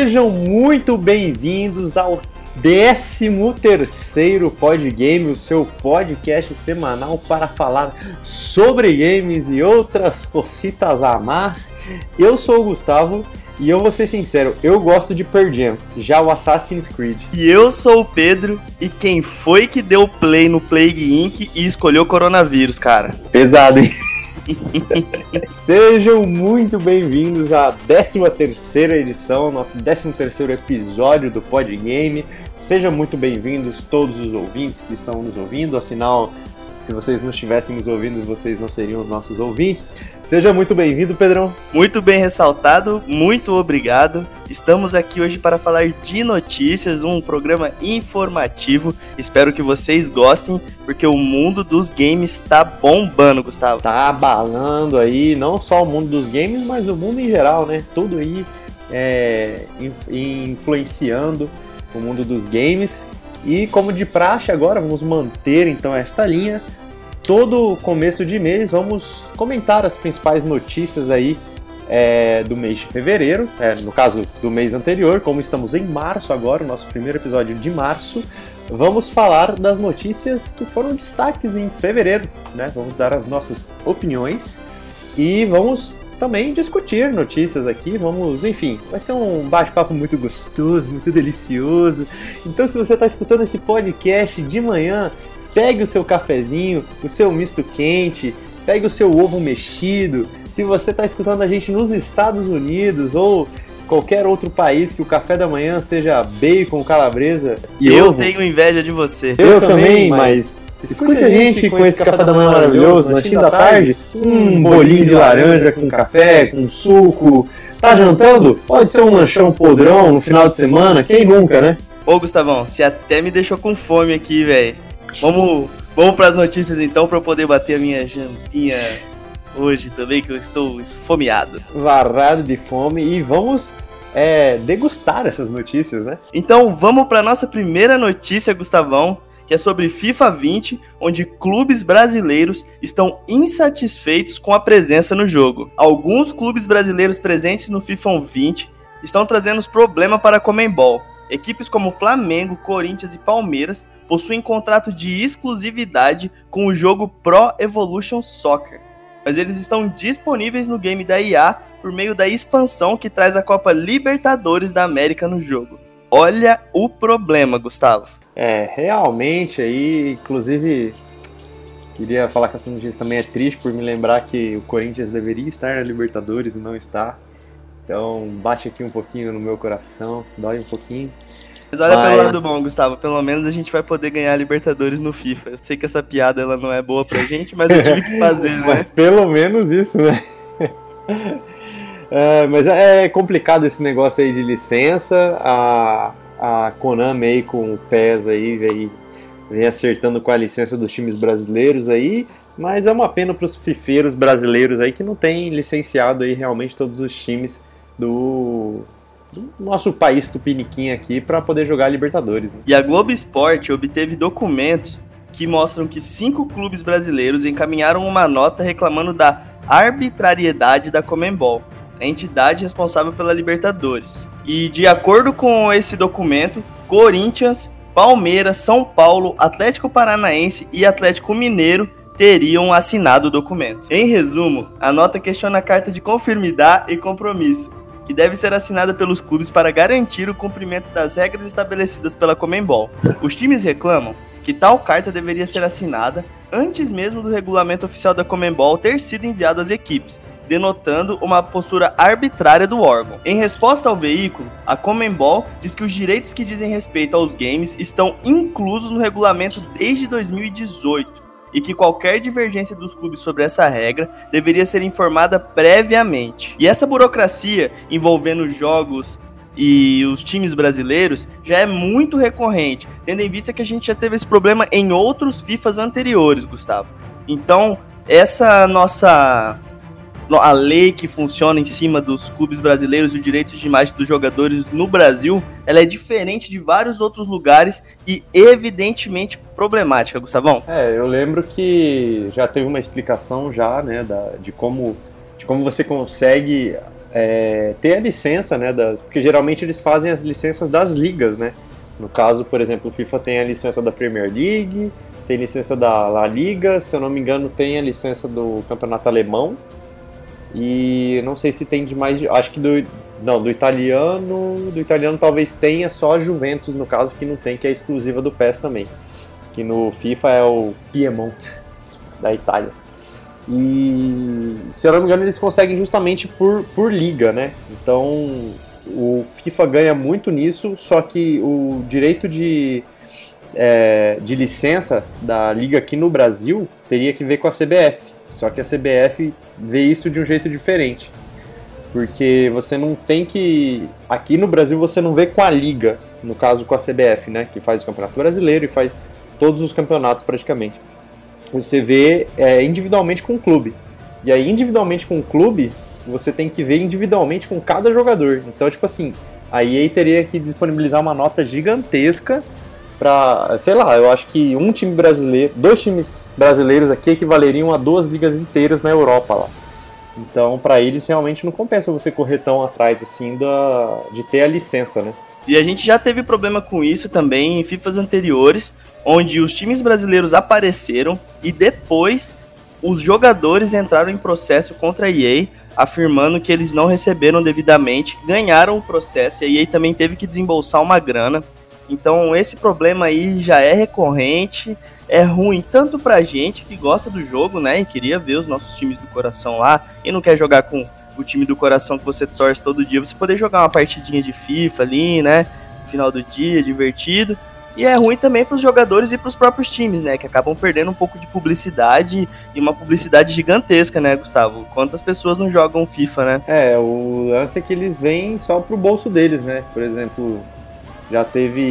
Sejam muito bem-vindos ao 13º Podgame, o seu podcast semanal para falar sobre games e outras cositas a mais. Eu sou o Gustavo e eu vou ser sincero, eu gosto de Pearl Jam, já o Assassin's Creed. E eu sou o Pedro, e quem foi que deu play no Plague Inc. e escolheu coronavírus, cara? Pesado, hein? Sejam muito bem-vindos à 13ª edição, nosso 13º episódio do Podgame. Sejam muito bem-vindos todos os ouvintes que estão nos ouvindo, afinal, se vocês não estivessem nos ouvindo, vocês não seriam os nossos ouvintes. Seja muito bem-vindo, Pedrão. Muito bem ressaltado, muito obrigado. Estamos aqui hoje para falar de notícias, um programa informativo. Espero que vocês gostem, porque o mundo dos games está bombando, Gustavo. Tá abalando aí, não só o mundo dos games, mas o mundo em geral, né? Tudo aí influenciando o mundo dos games. E como de praxe agora, vamos manter então esta linha. Todo começo de mês vamos comentar as principais notícias aí do mês de fevereiro, no caso do mês anterior, como estamos em março agora, o nosso primeiro episódio de março, vamos falar das notícias que foram destaques em fevereiro, né? Vamos dar as nossas opiniões e vamos também discutir notícias aqui, enfim, vai ser um bate-papo muito gostoso, muito delicioso. Então, se você está escutando esse podcast de manhã, pegue o seu cafezinho, o seu misto quente, pegue o seu ovo mexido. Se você está escutando a gente nos Estados Unidos ou qualquer outro país que o café da manhã seja bacon, calabresa e eu ovo. tenho inveja de você. Eu também, mas escute a gente com esse café da manhã maravilhoso, lanchinho da tarde, um bolinho de laranja com café, com suco. Tá jantando? Pode ser um lanchão podrão no final de semana, quem nunca, né? Ô, Gustavão, você até me deixou com fome aqui, velho. Vamos pras notícias então, pra eu poder bater a minha jantinha hoje também, que eu estou esfomeado. Varrado de fome e vamos degustar essas notícias, né? Então vamos pra nossa primeira notícia, Gustavão, que é sobre FIFA 20, onde clubes brasileiros estão insatisfeitos com a presença no jogo. Alguns clubes brasileiros presentes no FIFA 20 estão trazendo problema para a Conmebol. Equipes como Flamengo, Corinthians e Palmeiras possuem contrato de exclusividade com o jogo Pro Evolution Soccer, mas eles estão disponíveis no game da EA por meio da expansão que traz a Copa Libertadores da América no jogo. Olha o problema, Gustavo. Realmente aí, inclusive, queria falar que essa notícia também é triste por me lembrar que o Corinthians deveria estar na Libertadores e não está. Então bate aqui um pouquinho no meu coração, dói um pouquinho. Mas olha pelo lado bom, Gustavo, pelo menos a gente vai poder ganhar a Libertadores no FIFA. Eu sei que essa piada ela não é boa pra gente, mas eu tive que fazer, né? Mas pelo menos isso, né? Mas é complicado esse negócio aí de licença. A Konami aí com o PES aí vem acertando com a licença dos times brasileiros aí, mas é uma pena para os fifeiros brasileiros aí que não tem licenciado aí realmente todos os times do nosso país tupiniquim aqui para poder jogar a Libertadores, né? E a Globo Esporte obteve documentos que mostram que 5 clubes brasileiros encaminharam uma nota reclamando da arbitrariedade da Conmebol, a entidade responsável pela Libertadores. E de acordo com esse documento, Corinthians, Palmeiras, São Paulo, Atlético Paranaense e Atlético Mineiro teriam assinado o documento. Em resumo, a nota questiona a carta de conformidade e compromisso, que deve ser assinada pelos clubes para garantir o cumprimento das regras estabelecidas pela Conmebol. Os times reclamam que tal carta deveria ser assinada antes mesmo do regulamento oficial da Conmebol ter sido enviado às equipes, denotando uma postura arbitrária do órgão. Em resposta ao veículo, a Conmebol diz que os direitos que dizem respeito aos games estão inclusos no regulamento desde 2018 e que qualquer divergência dos clubes sobre essa regra deveria ser informada previamente. E essa burocracia envolvendo jogos e os times brasileiros já é muito recorrente, tendo em vista que a gente já teve esse problema em outros FIFAs anteriores, Gustavo. Então, essa a lei que funciona em cima dos clubes brasileiros e os direitos de imagem dos jogadores no Brasil, ela é diferente de vários outros lugares e evidentemente problemática, Gustavão. Eu lembro que já teve uma explicação já, né, de como você consegue ter a licença, né, porque geralmente eles fazem as licenças das ligas, né? No caso, por exemplo, o FIFA tem a licença da Premier League, tem licença da La Liga, se eu não me engano tem a licença do Campeonato Alemão, e não sei se tem de mais, acho que do italiano talvez tenha só a Juventus, no caso, que não tem, que é exclusiva do PES também, que no FIFA é o Piemonte, da Itália. E, se eu não me engano, eles conseguem justamente por liga, né? Então, o FIFA ganha muito nisso, só que o direito de licença da liga aqui no Brasil teria que ver com a CBF. Só que a CBF vê isso de um jeito diferente. Porque você não tem que... Aqui no Brasil você não vê com a liga, no caso com a CBF, né? Que faz o Campeonato Brasileiro e faz todos os campeonatos praticamente. Você vê individualmente com o clube. E aí, individualmente com o clube, você tem que ver individualmente com cada jogador. Então, tipo assim, a EA teria que disponibilizar uma nota gigantesca pra, sei lá, eu acho que dois times brasileiros aqui equivaleriam a 2 ligas inteiras na Europa lá. Então, pra eles, realmente não compensa você correr tão atrás, assim, de ter a licença, né? E a gente já teve problema com isso também em FIFAs anteriores, onde os times brasileiros apareceram e depois os jogadores entraram em processo contra a EA, afirmando que eles não receberam devidamente, ganharam o processo e a EA também teve que desembolsar uma grana. Então esse problema aí já é recorrente, é ruim tanto pra gente que gosta do jogo, né, e queria ver os nossos times do coração lá e não quer jogar com o time do coração que você torce todo dia, você poder jogar uma partidinha de FIFA ali, né, no final do dia, divertido. E é ruim também para os jogadores e para os próprios times, né, que acabam perdendo um pouco de publicidade e uma publicidade gigantesca, né, Gustavo? Quantas pessoas não jogam FIFA, né? O lance é que eles vêm só pro bolso deles, né? Por exemplo, já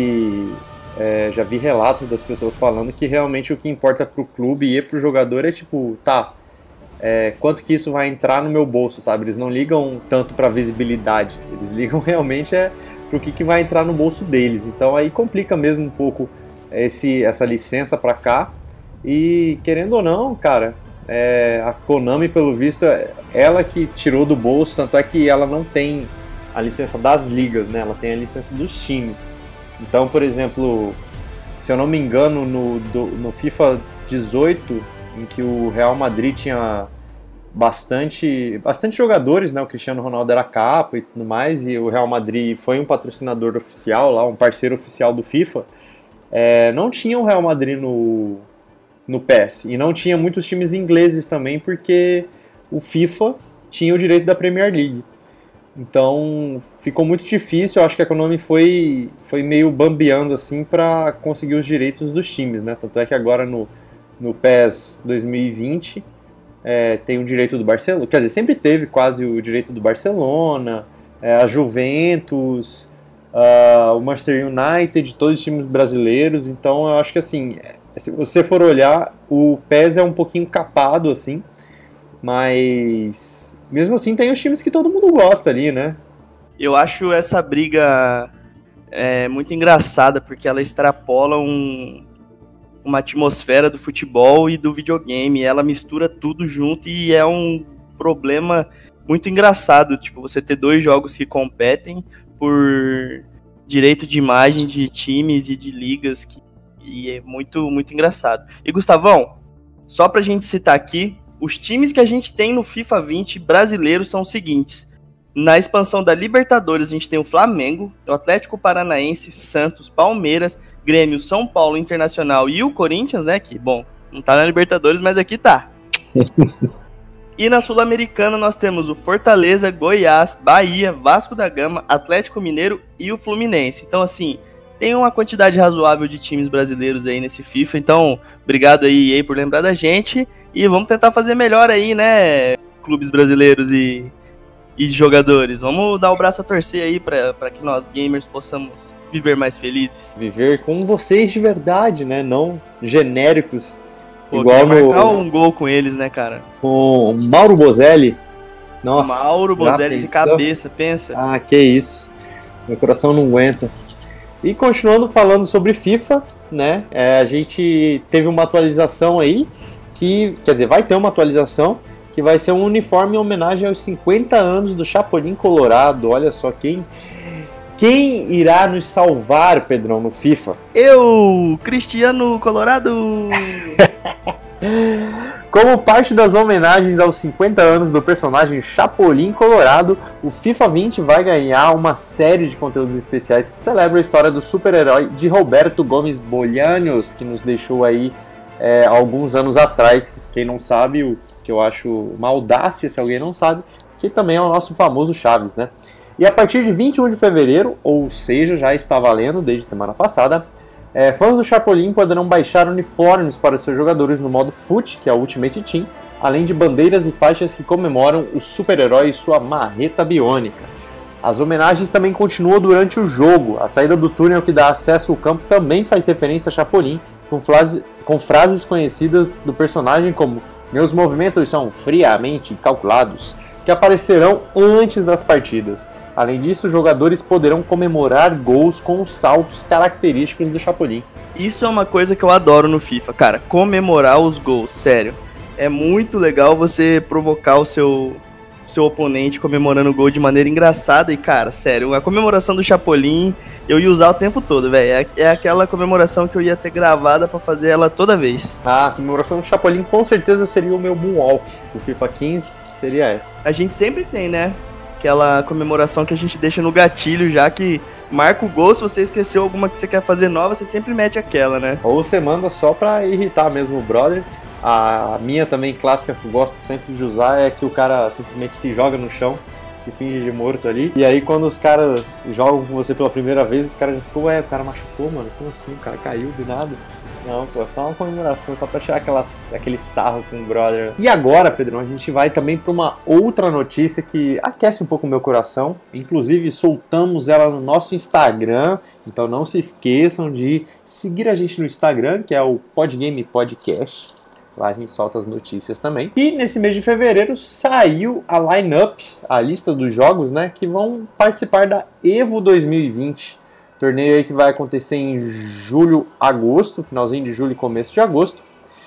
vi relatos das pessoas falando que realmente o que importa pro clube e pro jogador é tipo, quanto que isso vai entrar no meu bolso, sabe? Eles não ligam tanto pra visibilidade, eles ligam realmente pro que vai entrar no bolso deles. Então aí complica mesmo um pouco essa licença pra cá. E querendo ou não, cara, a Konami, pelo visto, ela que tirou do bolso, tanto é que ela não tem a licença das ligas, né? Ela tem a licença dos times. Então, por exemplo, se eu não me engano, no FIFA 18, em que o Real Madrid tinha bastante jogadores, né? O Cristiano Ronaldo era capa e tudo mais, e o Real Madrid foi um patrocinador oficial lá, um parceiro oficial do FIFA. Não tinha o Real Madrid no PES, e não tinha muitos times ingleses também, porque o FIFA tinha o direito da Premier League. Então ficou muito difícil, eu acho que a Konami foi meio bambeando assim para conseguir os direitos dos times, né? Tanto é que agora no PES 2020 tem o direito do Barcelona, quer dizer, sempre teve quase o direito do Barcelona, a Juventus, o Manchester United, todos os times brasileiros. Então eu acho que assim, se você for olhar, o PES é um pouquinho capado assim, mas mesmo assim tem os times que todo mundo gosta ali, né? Eu acho essa briga muito engraçada, porque ela extrapola uma atmosfera do futebol e do videogame. Ela mistura tudo junto e é um problema muito engraçado. Tipo, você ter dois jogos que competem por direito de imagem de times e de ligas, e é muito, muito engraçado. E Gustavão, só pra gente citar aqui, os times que a gente tem no FIFA 20 brasileiros são os seguintes. Na expansão da Libertadores, a gente tem o Flamengo, o Atlético Paranaense, Santos, Palmeiras, Grêmio, São Paulo, Internacional e o Corinthians, né? Que, bom, não tá na Libertadores, mas aqui tá. E na Sul-Americana nós temos o Fortaleza, Goiás, Bahia, Vasco da Gama, Atlético Mineiro e o Fluminense. Então, assim, tem uma quantidade razoável de times brasileiros aí nesse FIFA. Então, obrigado aí, EA, por lembrar da gente. E vamos tentar fazer melhor aí, né, clubes brasileiros e jogadores. Vamos dar o braço a torcer aí para que nós gamers possamos viver mais felizes. Viver com vocês de verdade, né? Não genéricos. Pô, igual marcar um gol com eles, né, cara? Com o Mauro Bozelli. Nossa, Mauro Bozelli de cabeça, pensa. Ah, que isso. Meu coração não aguenta. E continuando falando sobre FIFA, né? A gente teve uma atualização aí, quer dizer, vai ter uma atualização que vai ser um uniforme em homenagem aos 50 anos do Chapolin Colorado. Olha só quem irá nos salvar, Pedrão, no FIFA? Eu, Cristiano Colorado! Como parte das homenagens aos 50 anos do personagem Chapolin Colorado, o FIFA 20 vai ganhar uma série de conteúdos especiais que celebram a história do super-herói de Roberto Gomes Bolaños, que nos deixou aí alguns anos atrás. Quem não sabe, o que eu acho uma audácia se alguém não sabe, que também é o nosso famoso Chaves, né? E a partir de 21 de fevereiro, ou seja, já está valendo desde semana passada, fãs do Chapolin poderão baixar uniformes para os seus jogadores no modo FUT, que é o Ultimate Team, além de bandeiras e faixas que comemoram o super-herói e sua marreta biônica. As homenagens também continuam durante o jogo. A saída do túnel que dá acesso ao campo também faz referência a Chapolin, com frases conhecidas do personagem como "Meus movimentos são friamente calculados", que aparecerão antes das partidas. Além disso, os jogadores poderão comemorar gols com os saltos característicos do Chapolin. Isso é uma coisa que eu adoro no FIFA, cara, comemorar os gols, sério. É muito legal você provocar o seu oponente comemorando o gol de maneira engraçada e, cara, sério, a comemoração do Chapolin eu ia usar o tempo todo, velho. É aquela comemoração que eu ia ter gravada pra fazer ela toda vez. A comemoração do Chapolin com certeza seria o meu Moonwalk do FIFA 15, seria essa. A gente sempre tem, né? Aquela comemoração que a gente deixa no gatilho, já que marca o gol, se você esqueceu alguma que você quer fazer nova, você sempre mete aquela, né? Ou você manda só pra irritar mesmo o brother. A minha também clássica que eu gosto sempre de usar é que o cara simplesmente se joga no chão, se finge de morto ali. E aí quando os caras jogam com você pela primeira vez, os caras já ficam, o cara machucou, mano, como assim? O cara caiu do nada. Não, pô, é só uma comemoração, só pra tirar aquele sarro com o brother. E agora, Pedrão, a gente vai também pra uma outra notícia que aquece um pouco o meu coração. Inclusive, soltamos ela no nosso Instagram, então não se esqueçam de seguir a gente no Instagram, que é o Podgame Podcast. Lá a gente solta as notícias também. E nesse mês de fevereiro saiu a line-up, a lista dos jogos, né, que vão participar da EVO 2020. Torneio aí que vai acontecer em julho, agosto, finalzinho de julho e começo de agosto.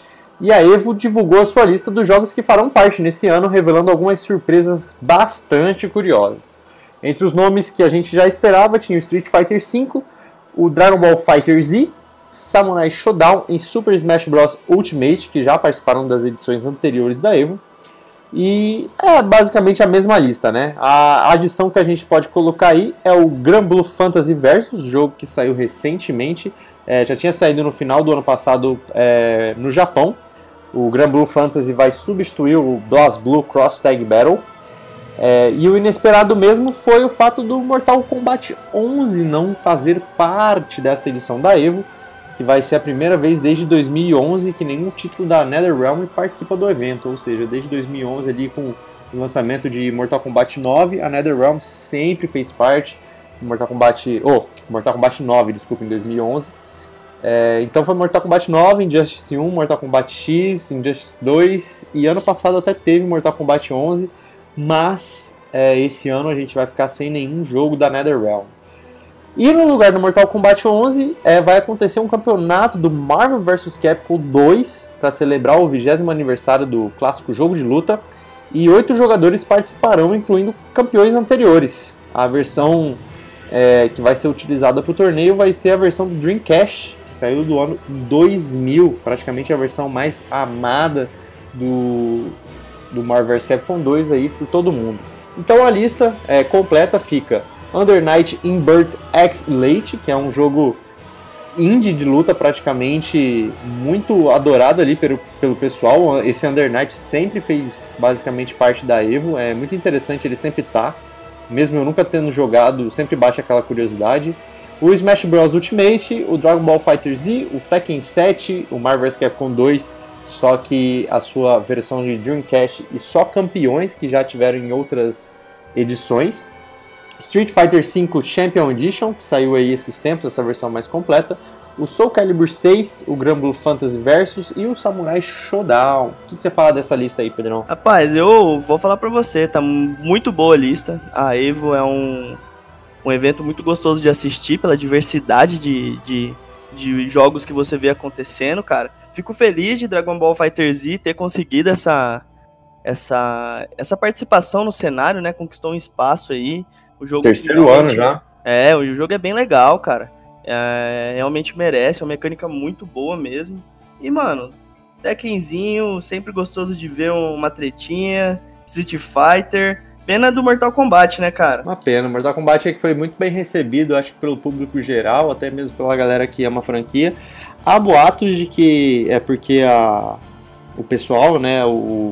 E a EVO divulgou a sua lista dos jogos que farão parte nesse ano, revelando algumas surpresas bastante curiosas. Entre os nomes que a gente já esperava, tinha o Street Fighter V, o Dragon Ball FighterZ, Samurai Shodown e Super Smash Bros. Ultimate, que já participaram das edições anteriores da EVO. E é basicamente a mesma lista, né? A adição que a gente pode colocar aí é o Granblue Fantasy Versus, jogo que saiu recentemente, já tinha saído no final do ano passado no Japão. O Granblue Fantasy vai substituir o BlazBlue Cross Tag Battle. E o inesperado mesmo foi o fato do Mortal Kombat 11 não fazer parte desta edição da EVO, que vai ser a primeira vez desde 2011 que nenhum título da NetherRealm participa do evento, ou seja, desde 2011 ali com o lançamento de Mortal Kombat 9, a NetherRealm sempre fez parte do Mortal Kombat 9, desculpa, em 2011. Então foi Mortal Kombat 9, Injustice 1, Mortal Kombat X, Injustice 2 e ano passado até teve Mortal Kombat 11, mas esse ano a gente vai ficar sem nenhum jogo da NetherRealm. E no lugar do Mortal Kombat 11 vai acontecer um campeonato do Marvel vs Capcom 2 para celebrar o 20º aniversário do clássico jogo de luta, e 8 jogadores participarão, incluindo campeões anteriores. A versão que vai ser utilizada para o torneio vai ser a versão do Dreamcast, que saiu do ano 2000, praticamente a versão mais amada do Marvel vs Capcom 2 aí por todo mundo. Então a lista completa fica Under Night In-Birth X Elite, que é um jogo indie de luta praticamente muito adorado ali pelo pessoal. Esse Under Night sempre fez basicamente parte da EVO, é muito interessante, ele sempre tá, mesmo eu nunca tendo jogado, sempre bate aquela curiosidade. O Smash Bros Ultimate, o Dragon Ball FighterZ, o Tekken 7, o Marvel vs Capcom 2, só que a sua versão de Dreamcast e só campeões que já tiveram em outras edições. Street Fighter V Champion Edition, que saiu aí esses tempos, essa versão mais completa. O Soul Calibur 6, o Granblue Fantasy Versus e o Samurai Shodown. O que você fala dessa lista aí, Pedrão? Rapaz, eu vou falar pra você, tá muito boa a lista. A EVO é um evento muito gostoso de assistir pela diversidade de jogos que você vê acontecendo, cara. Fico feliz de Dragon Ball FighterZ ter conseguido essa participação no cenário, né? Conquistou um espaço aí. O jogo Terceiro ano já. O jogo é bem legal, cara. Realmente merece, é uma mecânica muito boa mesmo. E, mano, Tekkenzinho, sempre gostoso de ver uma tretinha, Street Fighter. Pena do Mortal Kombat, né, cara? Uma pena. Mortal Kombat é que foi muito bem recebido, acho que pelo público geral, até mesmo pela galera que ama a franquia. Há boatos de que é porque o pessoal, né,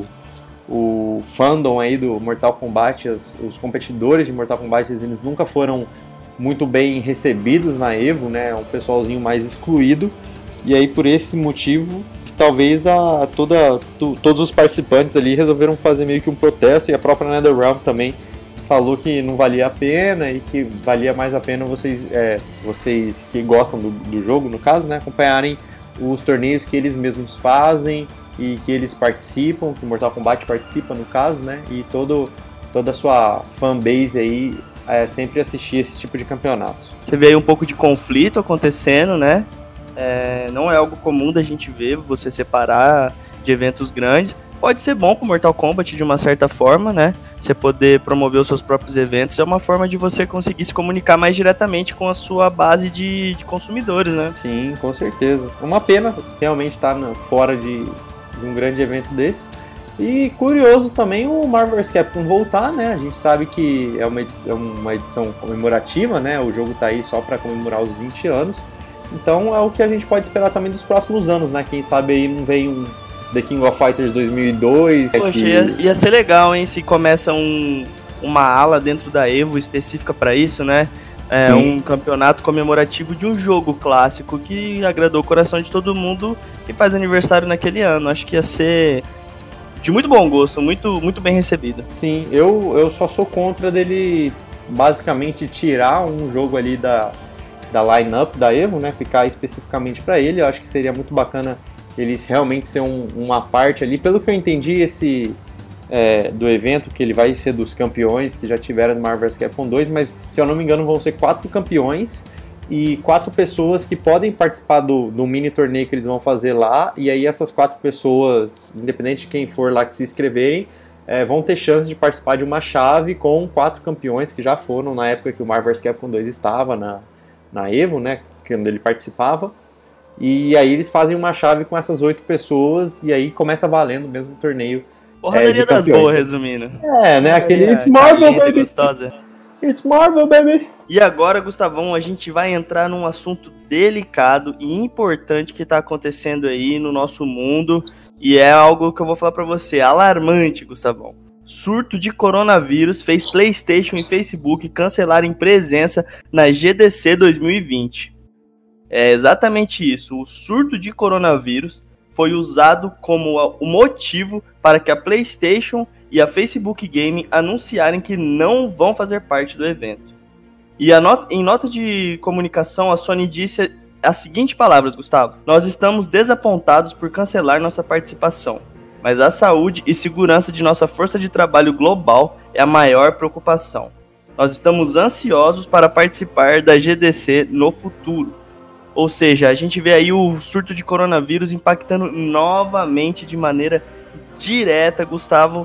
o fandom aí do Mortal Kombat, os competidores de Mortal Kombat, eles nunca foram muito bem recebidos na EVO, né, um pessoalzinho mais excluído, e aí por esse motivo que talvez todos os participantes ali resolveram fazer meio que um protesto, e a própria NetherRealm também falou que não valia a pena e que valia mais a pena vocês que gostam do jogo, no caso, né, acompanharem os torneios que eles mesmos fazem e que eles participam, que o Mortal Kombat participa no caso, né, e toda a sua fanbase aí sempre assistir esse tipo de campeonatos. Você vê aí um pouco de conflito acontecendo, né? Não é algo comum da gente ver, você separar de eventos grandes. Pode ser bom pro Mortal Kombat de uma certa forma, né? Você poder promover os seus próprios eventos é uma forma de você conseguir se comunicar mais diretamente com a sua base de consumidores, né? Sim, com certeza. Uma pena realmente estar fora de um grande evento desse. E curioso também o Marvel vs Capcom voltar, né? A gente sabe que é uma edição comemorativa, né? O jogo tá aí só para comemorar os 20 anos. Então é o que a gente pode esperar também dos próximos anos, né? Quem sabe aí não vem um The King of Fighters 2002. Poxa, ia ser legal, hein? Se começa uma ala dentro da EVO específica para isso, né? Um campeonato comemorativo de um jogo clássico que agradou o coração de todo mundo e faz aniversário naquele ano. Acho que ia ser de muito bom gosto, muito, muito bem recebido. Sim, eu só sou contra dele basicamente tirar um jogo ali da line-up da EVO, né? Ficar especificamente para ele. Eu acho que seria muito bacana eles realmente ser uma parte ali. Pelo que eu entendi, do evento, que ele vai ser dos campeões que já tiveram no Marvel vs Capcom 2, mas se eu não me engano vão ser 4 campeões e 4 pessoas que podem participar do mini torneio que eles vão fazer lá, e aí essas 4 pessoas, independente de quem for lá que se inscreverem, vão ter chance de participar de uma chave com 4 campeões que já foram na época que o Marvel vs Capcom 2 estava na EVO, né, quando ele participava, e aí eles fazem uma chave com essas 8 pessoas, e aí começa valendo mesmo o torneio. Porradaria das boas, resumindo. Né, aquele It's Marvel, baby! Gostosa. It's Marvel, baby! E agora, Gustavão, a gente vai entrar num assunto delicado e importante que tá acontecendo aí no nosso mundo, e é algo que eu vou falar pra você, alarmante, Gustavão. Surto de coronavírus fez PlayStation e Facebook cancelarem presença na GDC 2020. É exatamente isso, o surto de coronavírus foi usado como o motivo para que a PlayStation e a Facebook Game anunciarem que não vão fazer parte do evento. E em nota de comunicação, a Sony disse as seguintes palavras, Gustavo: "Nós estamos desapontados por cancelar nossa participação, mas a saúde e segurança de nossa força de trabalho global é a maior preocupação. Nós estamos ansiosos para participar da GDC no futuro." Ou seja, a gente vê aí o surto de coronavírus impactando novamente de maneira direta, Gustavo,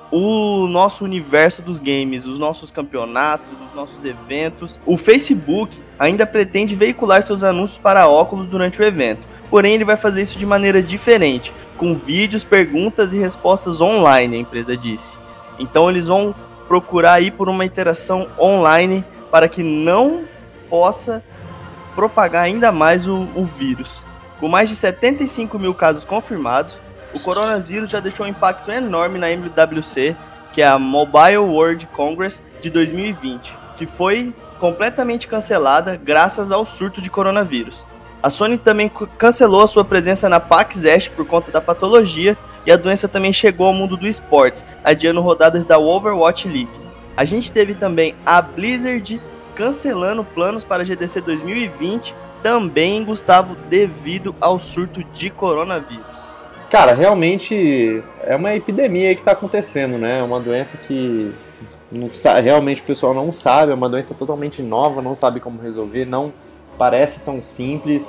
o nosso universo dos games, os nossos campeonatos, os nossos eventos. O Facebook ainda pretende veicular seus anúncios para óculos durante o evento, porém ele vai fazer isso de maneira diferente, com vídeos, perguntas e respostas online, a empresa disse. Então eles vão procurar aí por uma interação online para que não possa propagar ainda mais o vírus. Com mais de 75 mil casos confirmados, o coronavírus já deixou um impacto enorme na MWC, que é a Mobile World Congress de 2020, que foi completamente cancelada graças ao surto de coronavírus. A Sony também cancelou a sua presença na PAX East por conta da patologia, e a doença também chegou ao mundo do esportes, adiando rodadas da Overwatch League. A gente teve também a Blizzard cancelando planos para a GDC 2020, também, Gustavo, devido ao surto de coronavírus. Cara, realmente é uma epidemia aí que está acontecendo, né? É uma doença que realmente o pessoal não sabe, é uma doença totalmente nova, não sabe como resolver, não parece tão simples.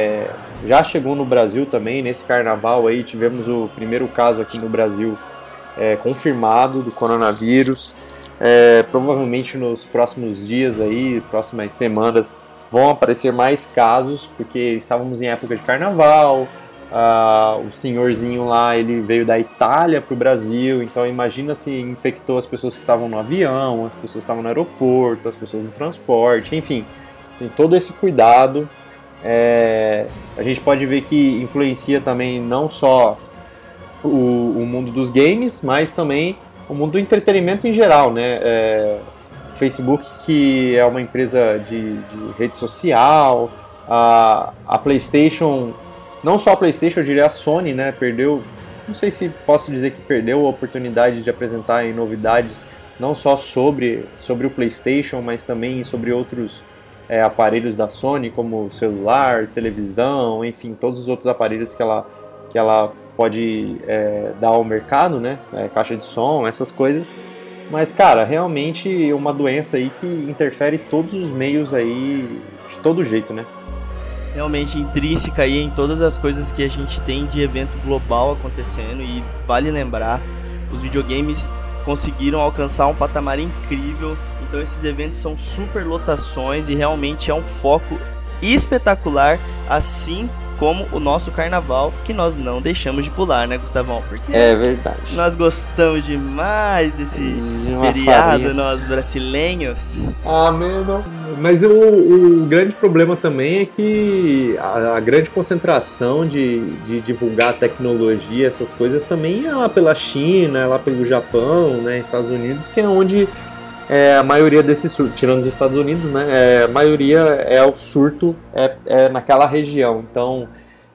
Já chegou no Brasil também, nesse carnaval aí, tivemos o primeiro caso aqui no Brasil confirmado do coronavírus. Provavelmente nos próximos dias aí, próximas semanas, vão aparecer mais casos, porque estávamos em época de carnaval. O senhorzinho lá, ele veio da Itália para o Brasil, então imagina se infectou as pessoas que estavam no avião, as pessoas que estavam no aeroporto, as pessoas no transporte, enfim, tem todo esse cuidado. A gente pode ver que influencia também não só o mundo dos games, mas também o mundo do entretenimento em geral, né? Facebook, que é uma empresa de rede social, a PlayStation, não só a PlayStation, eu diria a Sony, né? Perdeu, não sei se posso dizer que perdeu a oportunidade de apresentar novidades não só sobre o PlayStation, mas também sobre outros aparelhos da Sony, como celular, televisão, enfim, todos os outros aparelhos que ela pode dar ao mercado, né? Caixa de som, essas coisas. Mas, cara, realmente uma doença aí que interfere todos os meios aí, de todo jeito, né? Realmente intrínseca aí em todas as coisas que a gente tem de evento global acontecendo, e vale lembrar, os videogames conseguiram alcançar um patamar incrível, então esses eventos são super lotações e realmente é um foco espetacular, assim como o nosso carnaval, que nós não deixamos de pular, né, Gustavão? Porque é verdade. Nós gostamos demais desse feriado, nós brasileiros. Mano. Mas o grande problema também é que a grande concentração de divulgar tecnologia, essas coisas, também é lá pela China, é lá pelo Japão, né, Estados Unidos, que é onde a maioria desses surtos, tirando os Estados Unidos, né, a maioria o surto naquela região. Então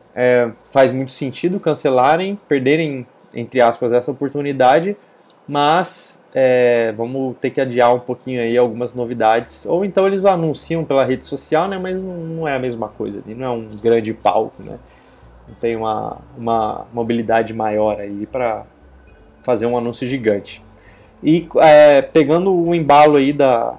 faz muito sentido cancelarem, perderem, entre aspas, essa oportunidade, mas vamos ter que adiar um pouquinho aí algumas novidades, ou então eles anunciam pela rede social, né, mas não é a mesma coisa, não é um grande palco, né, não tem uma mobilidade maior aí para fazer um anúncio gigante. E pegando o embalo aí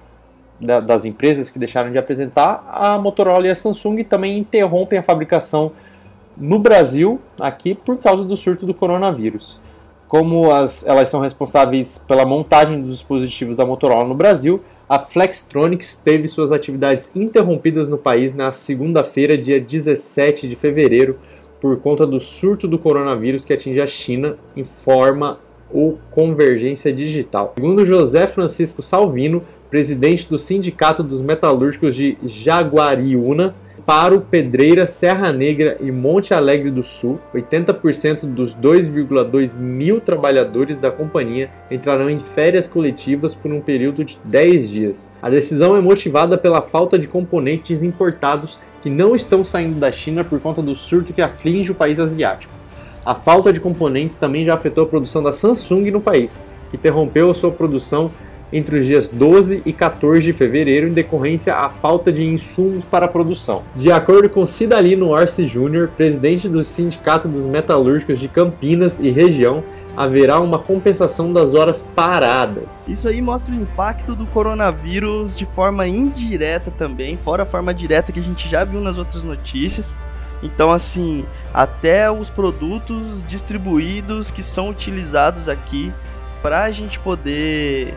das empresas que deixaram de apresentar, a Motorola e a Samsung também interrompem a fabricação no Brasil, aqui, por causa do surto do coronavírus. Como elas são responsáveis pela montagem dos dispositivos da Motorola no Brasil, a Flextronics teve suas atividades interrompidas no país na segunda-feira, dia 17 de fevereiro, por conta do surto do coronavírus que atinge a China, informa o Convergência Digital. Segundo José Francisco Salvino, presidente do Sindicato dos Metalúrgicos de Jaguariúna, Paro, Pedreira, Serra Negra e Monte Alegre do Sul, 80% dos 2,2 mil trabalhadores da companhia entrarão em férias coletivas por um período de 10 dias. A decisão é motivada pela falta de componentes importados que não estão saindo da China por conta do surto que aflige o país asiático. A falta de componentes também já afetou a produção da Samsung no país, que interrompeu a sua produção entre os dias 12 e 14 de fevereiro em decorrência à falta de insumos para a produção. De acordo com Cidalino Orsi Júnior, presidente do Sindicato dos Metalúrgicos de Campinas e região, haverá uma compensação das horas paradas. Isso aí mostra o impacto do coronavírus de forma indireta também, fora a forma direta que a gente já viu nas outras notícias. Então, assim, até os produtos distribuídos que são utilizados aqui para a gente poder,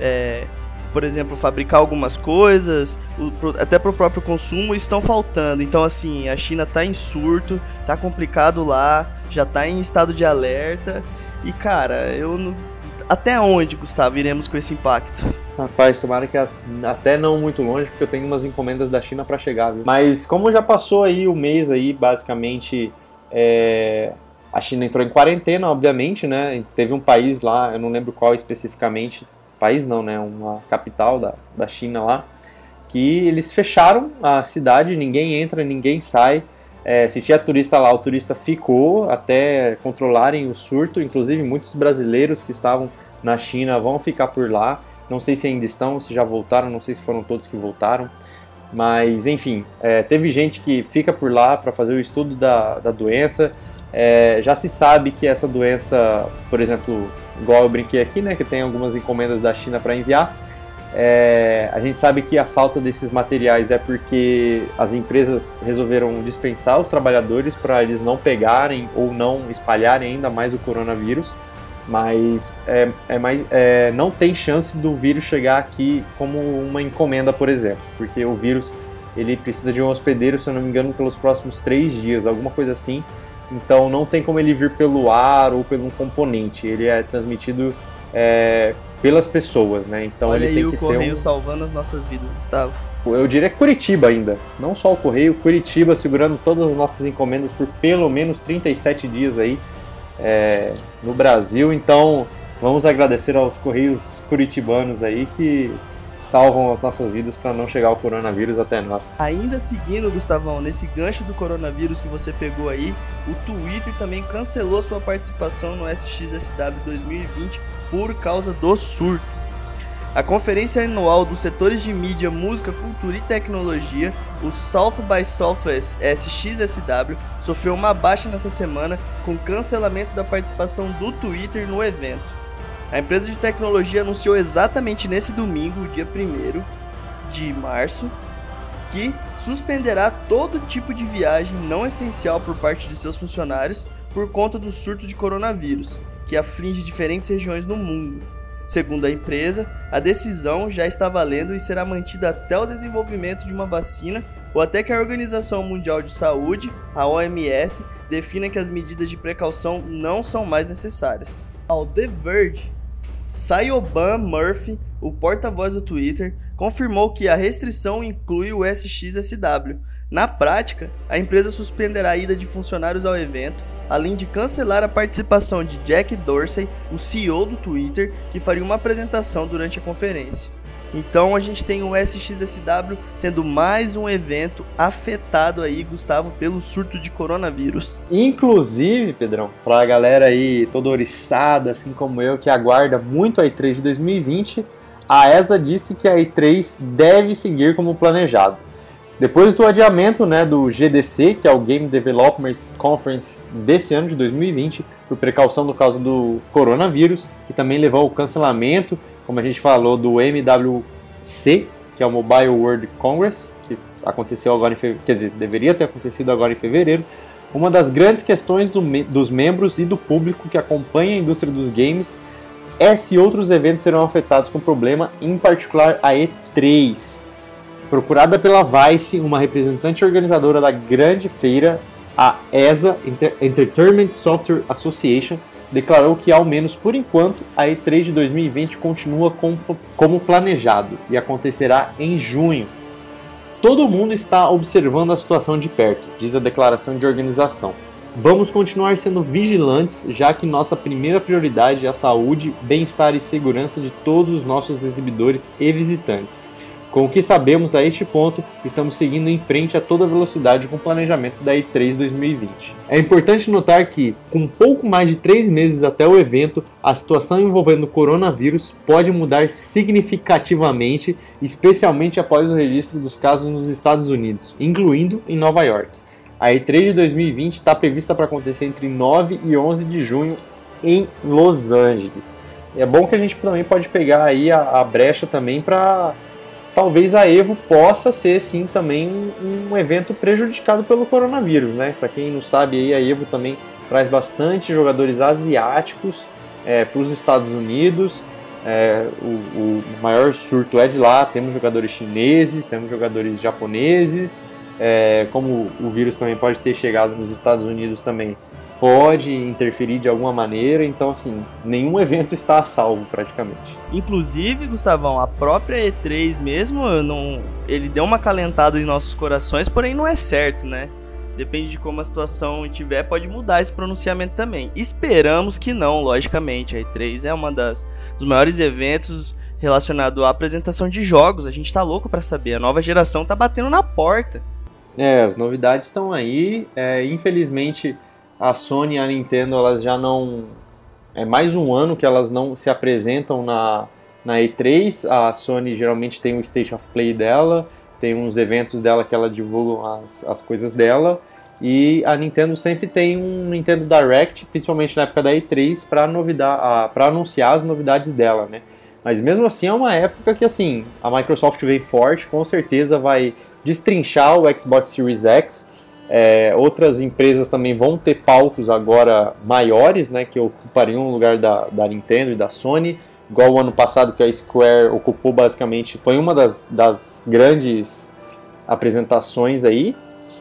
por exemplo, fabricar algumas coisas, até para o próprio consumo, estão faltando. Então, assim, a China está em surto, está complicado lá, já está em estado de alerta. E, cara, até onde, Gustavo, iremos com esse impacto? Rapaz, tomara que até não muito longe, porque eu tenho umas encomendas da China para chegar, viu? Mas como já passou aí o mês aí, basicamente, a China entrou em quarentena, obviamente, né? Teve um país lá, eu não lembro qual especificamente, país não, né? Uma capital da China lá, que eles fecharam a cidade, ninguém entra, ninguém sai. Se tinha turista lá, o turista ficou até controlarem o surto. Inclusive muitos brasileiros que estavam na China vão ficar por lá. Não sei se ainda estão, se já voltaram, não sei se foram todos que voltaram. Mas enfim, teve gente que fica por lá para fazer o estudo da doença. Já se sabe que essa doença, por exemplo, igual eu brinquei aqui, né, que tem algumas encomendas da China para enviar. A gente sabe que a falta desses materiais é porque as empresas resolveram dispensar os trabalhadores para eles não pegarem ou não espalharem ainda mais o coronavírus. Mas não tem chance do vírus chegar aqui como uma encomenda, por exemplo, porque o vírus ele precisa de um hospedeiro, se eu não me engano, pelos próximos 3 dias, alguma coisa assim. Então não tem como ele vir pelo ar ou pelo um componente, ele é transmitido pelas pessoas, né? Então olha ele tem aí que o Correio ter salvando as nossas vidas, Gustavo. Eu diria Curitiba ainda, não só o Correio, Curitiba segurando todas as nossas encomendas por pelo menos 37 dias aí no Brasil. Então vamos agradecer aos Correios curitibanos aí que salvam as nossas vidas para não chegar o coronavírus até nós. Ainda seguindo, Gustavão, nesse gancho do coronavírus que você pegou aí, o Twitter também cancelou sua participação no SXSW 2020 por causa do surto. A conferência anual dos setores de mídia, música, cultura e tecnologia, o South by Southwest SXSW, sofreu uma baixa nessa semana com cancelamento da participação do Twitter no evento. A empresa de tecnologia anunciou exatamente nesse domingo, dia 1º de março, que suspenderá todo tipo de viagem não essencial por parte de seus funcionários por conta do surto de coronavírus, que aflige diferentes regiões no mundo. Segundo a empresa, a decisão já está valendo e será mantida até o desenvolvimento de uma vacina ou até que a Organização Mundial de Saúde, a OMS, defina que as medidas de precaução não são mais necessárias. Ao The Verge, Sayoban Murphy, o porta-voz do Twitter, confirmou que a restrição inclui o SXSW. Na prática, a empresa suspenderá a ida de funcionários ao evento, além de cancelar a participação de Jack Dorsey, o CEO do Twitter, que faria uma apresentação durante a conferência. Então a gente tem o SXSW sendo mais um evento afetado aí, Gustavo, pelo surto de coronavírus. Inclusive, Pedrão, pra galera aí toda oriçada, assim como eu, que aguarda muito a E3 de 2020, a ESA disse que a E3 deve seguir como planejado. Depois do adiamento, né, do GDC, que é o Game Developers Conference desse ano de 2020, por precaução do caso do coronavírus, que também levou ao cancelamento, como a gente falou, do MWC, que é o Mobile World Congress, que aconteceu agora em fevereiro, quer dizer, deveria ter acontecido agora em fevereiro. Uma das grandes questões dos membros e do público que acompanha a indústria dos games é se outros eventos serão afetados com problema, em particular a E3. Procurada pela Vice, uma representante organizadora da grande feira, a ESA, Entertainment Software Association, declarou que, ao menos por enquanto, a E3 de 2020 continua como planejado e acontecerá em junho. Todo mundo está observando a situação de perto, diz a declaração de organização. Vamos continuar sendo vigilantes, já que nossa primeira prioridade é a saúde, bem-estar e segurança de todos os nossos exibidores e visitantes. Com o que sabemos a este ponto, estamos seguindo em frente a toda velocidade com o planejamento da E3 2020. É importante notar que, com pouco mais de 3 meses até o evento, a situação envolvendo o coronavírus pode mudar significativamente, especialmente após o registro dos casos nos Estados Unidos, incluindo em Nova York. A E3 de 2020 está prevista para acontecer entre 9 e 11 de junho em Los Angeles. É bom que a gente também pode pegar aí a brecha também para... Talvez a EVO possa ser, sim, também um evento prejudicado pelo coronavírus, né? Para quem não sabe, aí, a EVO também traz bastante jogadores asiáticos para os Estados Unidos. O maior surto é de lá, temos jogadores chineses, temos jogadores japoneses. Como o vírus também pode ter chegado nos Estados Unidos também, pode interferir de alguma maneira, então assim, nenhum evento está a salvo praticamente. Inclusive, Gustavão, a própria E3 mesmo, ele deu uma acalentada em nossos corações, porém não é certo, né? Depende de como a situação estiver, pode mudar esse pronunciamento também. Esperamos que não, logicamente. A E3 é dos maiores eventos relacionados à apresentação de jogos, a gente tá louco pra saber, a nova geração tá batendo na porta. As novidades estão aí, infelizmente... A Sony e a Nintendo, elas já não... É mais um ano que elas não se apresentam na E3. A Sony geralmente tem o State of Play dela, tem uns eventos dela que ela divulga as coisas dela. E a Nintendo sempre tem um Nintendo Direct, principalmente na época da E3, para anunciar as novidades dela, né? Mas mesmo assim é uma época que assim, a Microsoft vem forte, com certeza vai destrinchar o Xbox Series X. Outras empresas também vão ter palcos agora maiores, né, que ocupariam o lugar da Nintendo e da Sony, igual o ano passado que a Square ocupou basicamente, foi uma das grandes apresentações aí.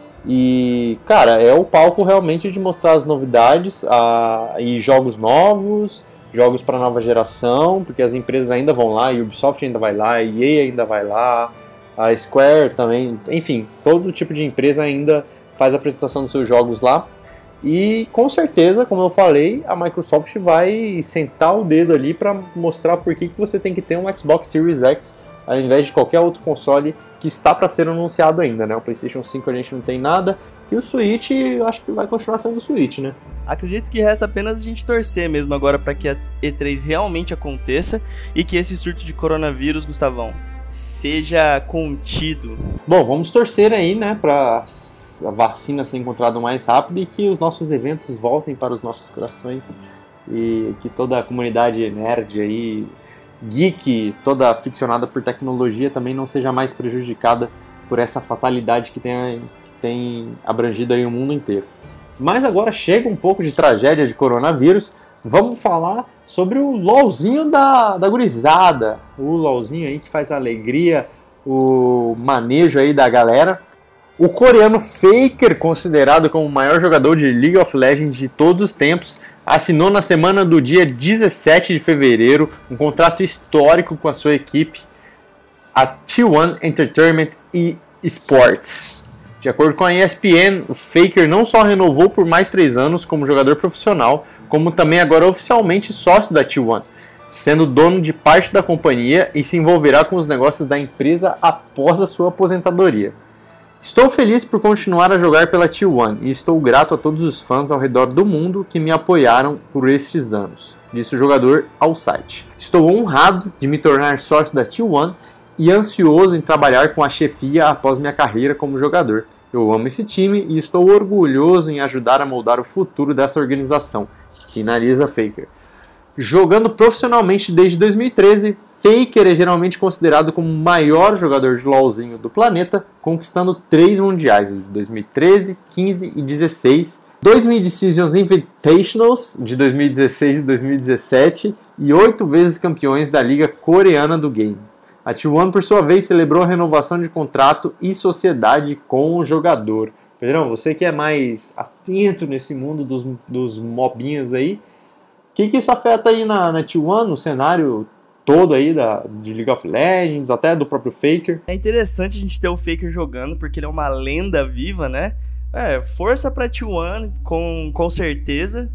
E, cara, é o palco realmente de mostrar as novidades e jogos novos, jogos para nova geração, porque as empresas ainda vão lá, a Ubisoft ainda vai lá, a EA ainda vai lá, a Square também, enfim, todo tipo de empresa ainda faz a apresentação dos seus jogos lá. E com certeza, como eu falei, a Microsoft vai sentar o dedo ali para mostrar por que você tem que ter um Xbox Series X ao invés de qualquer outro console que está para ser anunciado ainda, né? O PlayStation 5 a gente não tem nada, e o Switch, eu acho que vai continuar sendo o Switch, né? Acredito que resta apenas a gente torcer mesmo agora para que a E3 realmente aconteça e que esse surto de coronavírus, Gustavão, seja contido. Bom, vamos torcer aí, né, para a vacina ser encontrada o mais rápido e que os nossos eventos voltem para os nossos corações e que toda a comunidade nerd aí, geek, toda aficionada por tecnologia também não seja mais prejudicada por essa fatalidade que tem abrangido aí o mundo inteiro. Mas agora chega um pouco de tragédia de coronavírus, vamos falar sobre o LOLzinho da gurizada, o LOLzinho aí que faz a alegria, o manejo aí da galera. O coreano Faker, considerado como o maior jogador de League of Legends de todos os tempos, assinou na semana do dia 17 de fevereiro um contrato histórico com a sua equipe, a T1 Entertainment Esports. De acordo com a ESPN, o Faker não só renovou por mais 3 anos como jogador profissional, como também agora oficialmente sócio da T1, sendo dono de parte da companhia e se envolverá com os negócios da empresa após a sua aposentadoria. Estou feliz por continuar a jogar pela T1 e estou grato a todos os fãs ao redor do mundo que me apoiaram por estes anos, disse o jogador ao site. Estou honrado de me tornar sócio da T1 e ansioso em trabalhar com a chefia após minha carreira como jogador. Eu amo esse time e estou orgulhoso em ajudar a moldar o futuro dessa organização, finaliza Faker. Jogando profissionalmente desde 2013, Faker é geralmente considerado como o maior jogador de LoLzinho do planeta, conquistando 3 mundiais, de 2013, 15 e 16, 2 Mid-Seasons Invitationals, de 2016 e 2017, e 8 vezes campeões da Liga Coreana do Game. A T1, por sua vez, celebrou a renovação de contrato e sociedade com o jogador. Pedrão, você que é mais atento nesse mundo dos mobinhos aí, o que isso afeta aí na T1, no cenário todo aí de League of Legends, até do próprio Faker? É interessante a gente ter o Faker jogando, porque ele é uma lenda viva, né? Força pra T1, com certeza,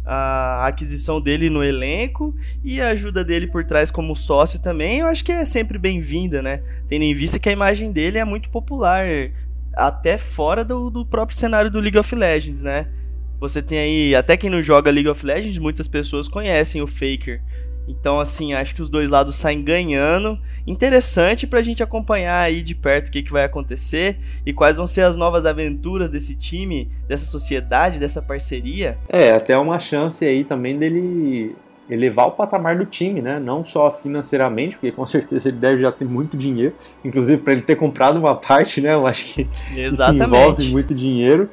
a aquisição dele no elenco e a ajuda dele por trás como sócio também, eu acho que é sempre bem-vinda, né? Tendo em vista que a imagem dele é muito popular, até fora do próprio cenário do League of Legends, né? Você tem aí, até quem não joga League of Legends, muitas pessoas conhecem o Faker. Então, assim, acho que os dois lados saem ganhando. Interessante pra gente acompanhar aí de perto o que vai acontecer e quais vão ser as novas aventuras desse time, dessa sociedade, dessa parceria. Até uma chance aí também dele elevar o patamar do time, né? Não só financeiramente, porque com certeza ele deve já ter muito dinheiro. Inclusive, para ele ter comprado uma parte, né? Eu acho que Exatamente. Isso envolve muito dinheiro.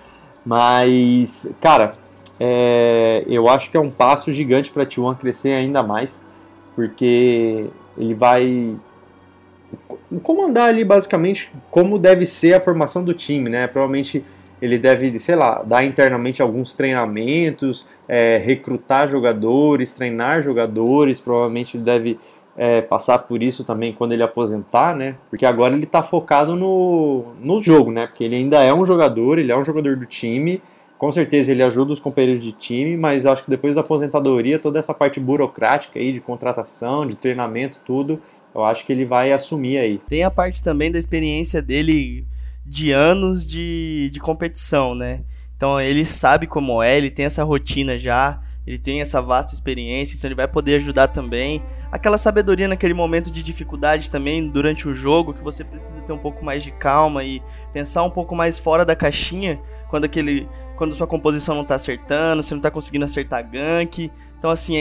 Mas, cara, eu acho que é um passo gigante para a T1 crescer ainda mais, porque ele vai comandar ali basicamente como deve ser a formação do time, né? Provavelmente ele deve, sei lá, dar internamente alguns treinamentos, recrutar jogadores, treinar jogadores, provavelmente ele deve passar por isso também quando ele aposentar, né? Porque agora ele está focado no jogo, né? Porque ele ainda é um jogador, ele é um jogador do time, com certeza ele ajuda os companheiros de time, mas acho que depois da aposentadoria, toda essa parte burocrática aí de contratação, de treinamento, tudo, eu acho que ele vai assumir aí. Tem a parte também da experiência dele de anos de competição, né? Então ele sabe como ele tem essa rotina já, ele tem essa vasta experiência, então ele vai poder ajudar também. Aquela sabedoria naquele momento de dificuldade também durante o jogo, que você precisa ter um pouco mais de calma e pensar um pouco mais fora da caixinha, quando sua composição não tá acertando, você não tá conseguindo acertar gank. Então assim,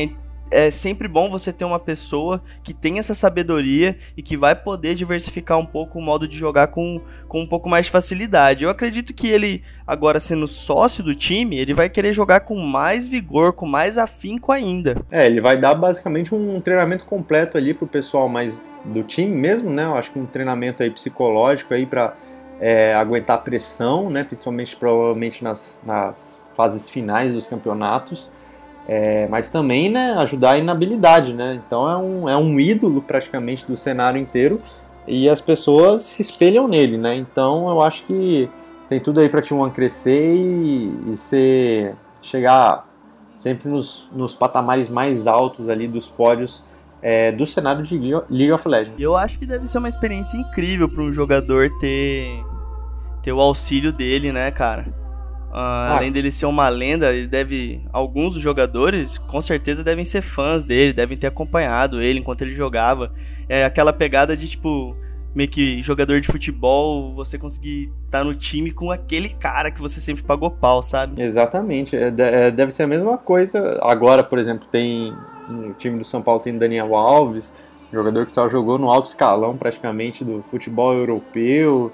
é sempre bom você ter uma pessoa que tem essa sabedoria e que vai poder diversificar um pouco o modo de jogar com um pouco mais de facilidade. Eu acredito que ele, agora sendo sócio do time, ele vai querer jogar com mais vigor, com mais afinco ainda. Ele vai dar basicamente um treinamento completo ali pro pessoal mais do time mesmo, né? Eu acho que um treinamento aí psicológico aí para aguentar a pressão, né? Principalmente provavelmente nas fases finais dos campeonatos. Mas também, né, ajudar aí na habilidade, né? Então é um ídolo praticamente do cenário inteiro e as pessoas se espelham nele, né? Então eu acho que tem tudo aí para T1 crescer e chegar sempre nos patamares mais altos ali dos pódios do cenário de League of Legends. Eu acho que deve ser uma experiência incrível para um jogador ter o auxílio dele, né, cara? Além dele ser uma lenda, alguns dos jogadores com certeza devem ser fãs dele, devem ter acompanhado ele enquanto ele jogava. É aquela pegada de tipo, meio que jogador de futebol, você conseguir estar no time com aquele cara que você sempre pagou pau, sabe? Exatamente, deve ser a mesma coisa. Agora, por exemplo, no time do São Paulo tem Daniel Alves, jogador que só jogou no alto escalão praticamente do futebol europeu,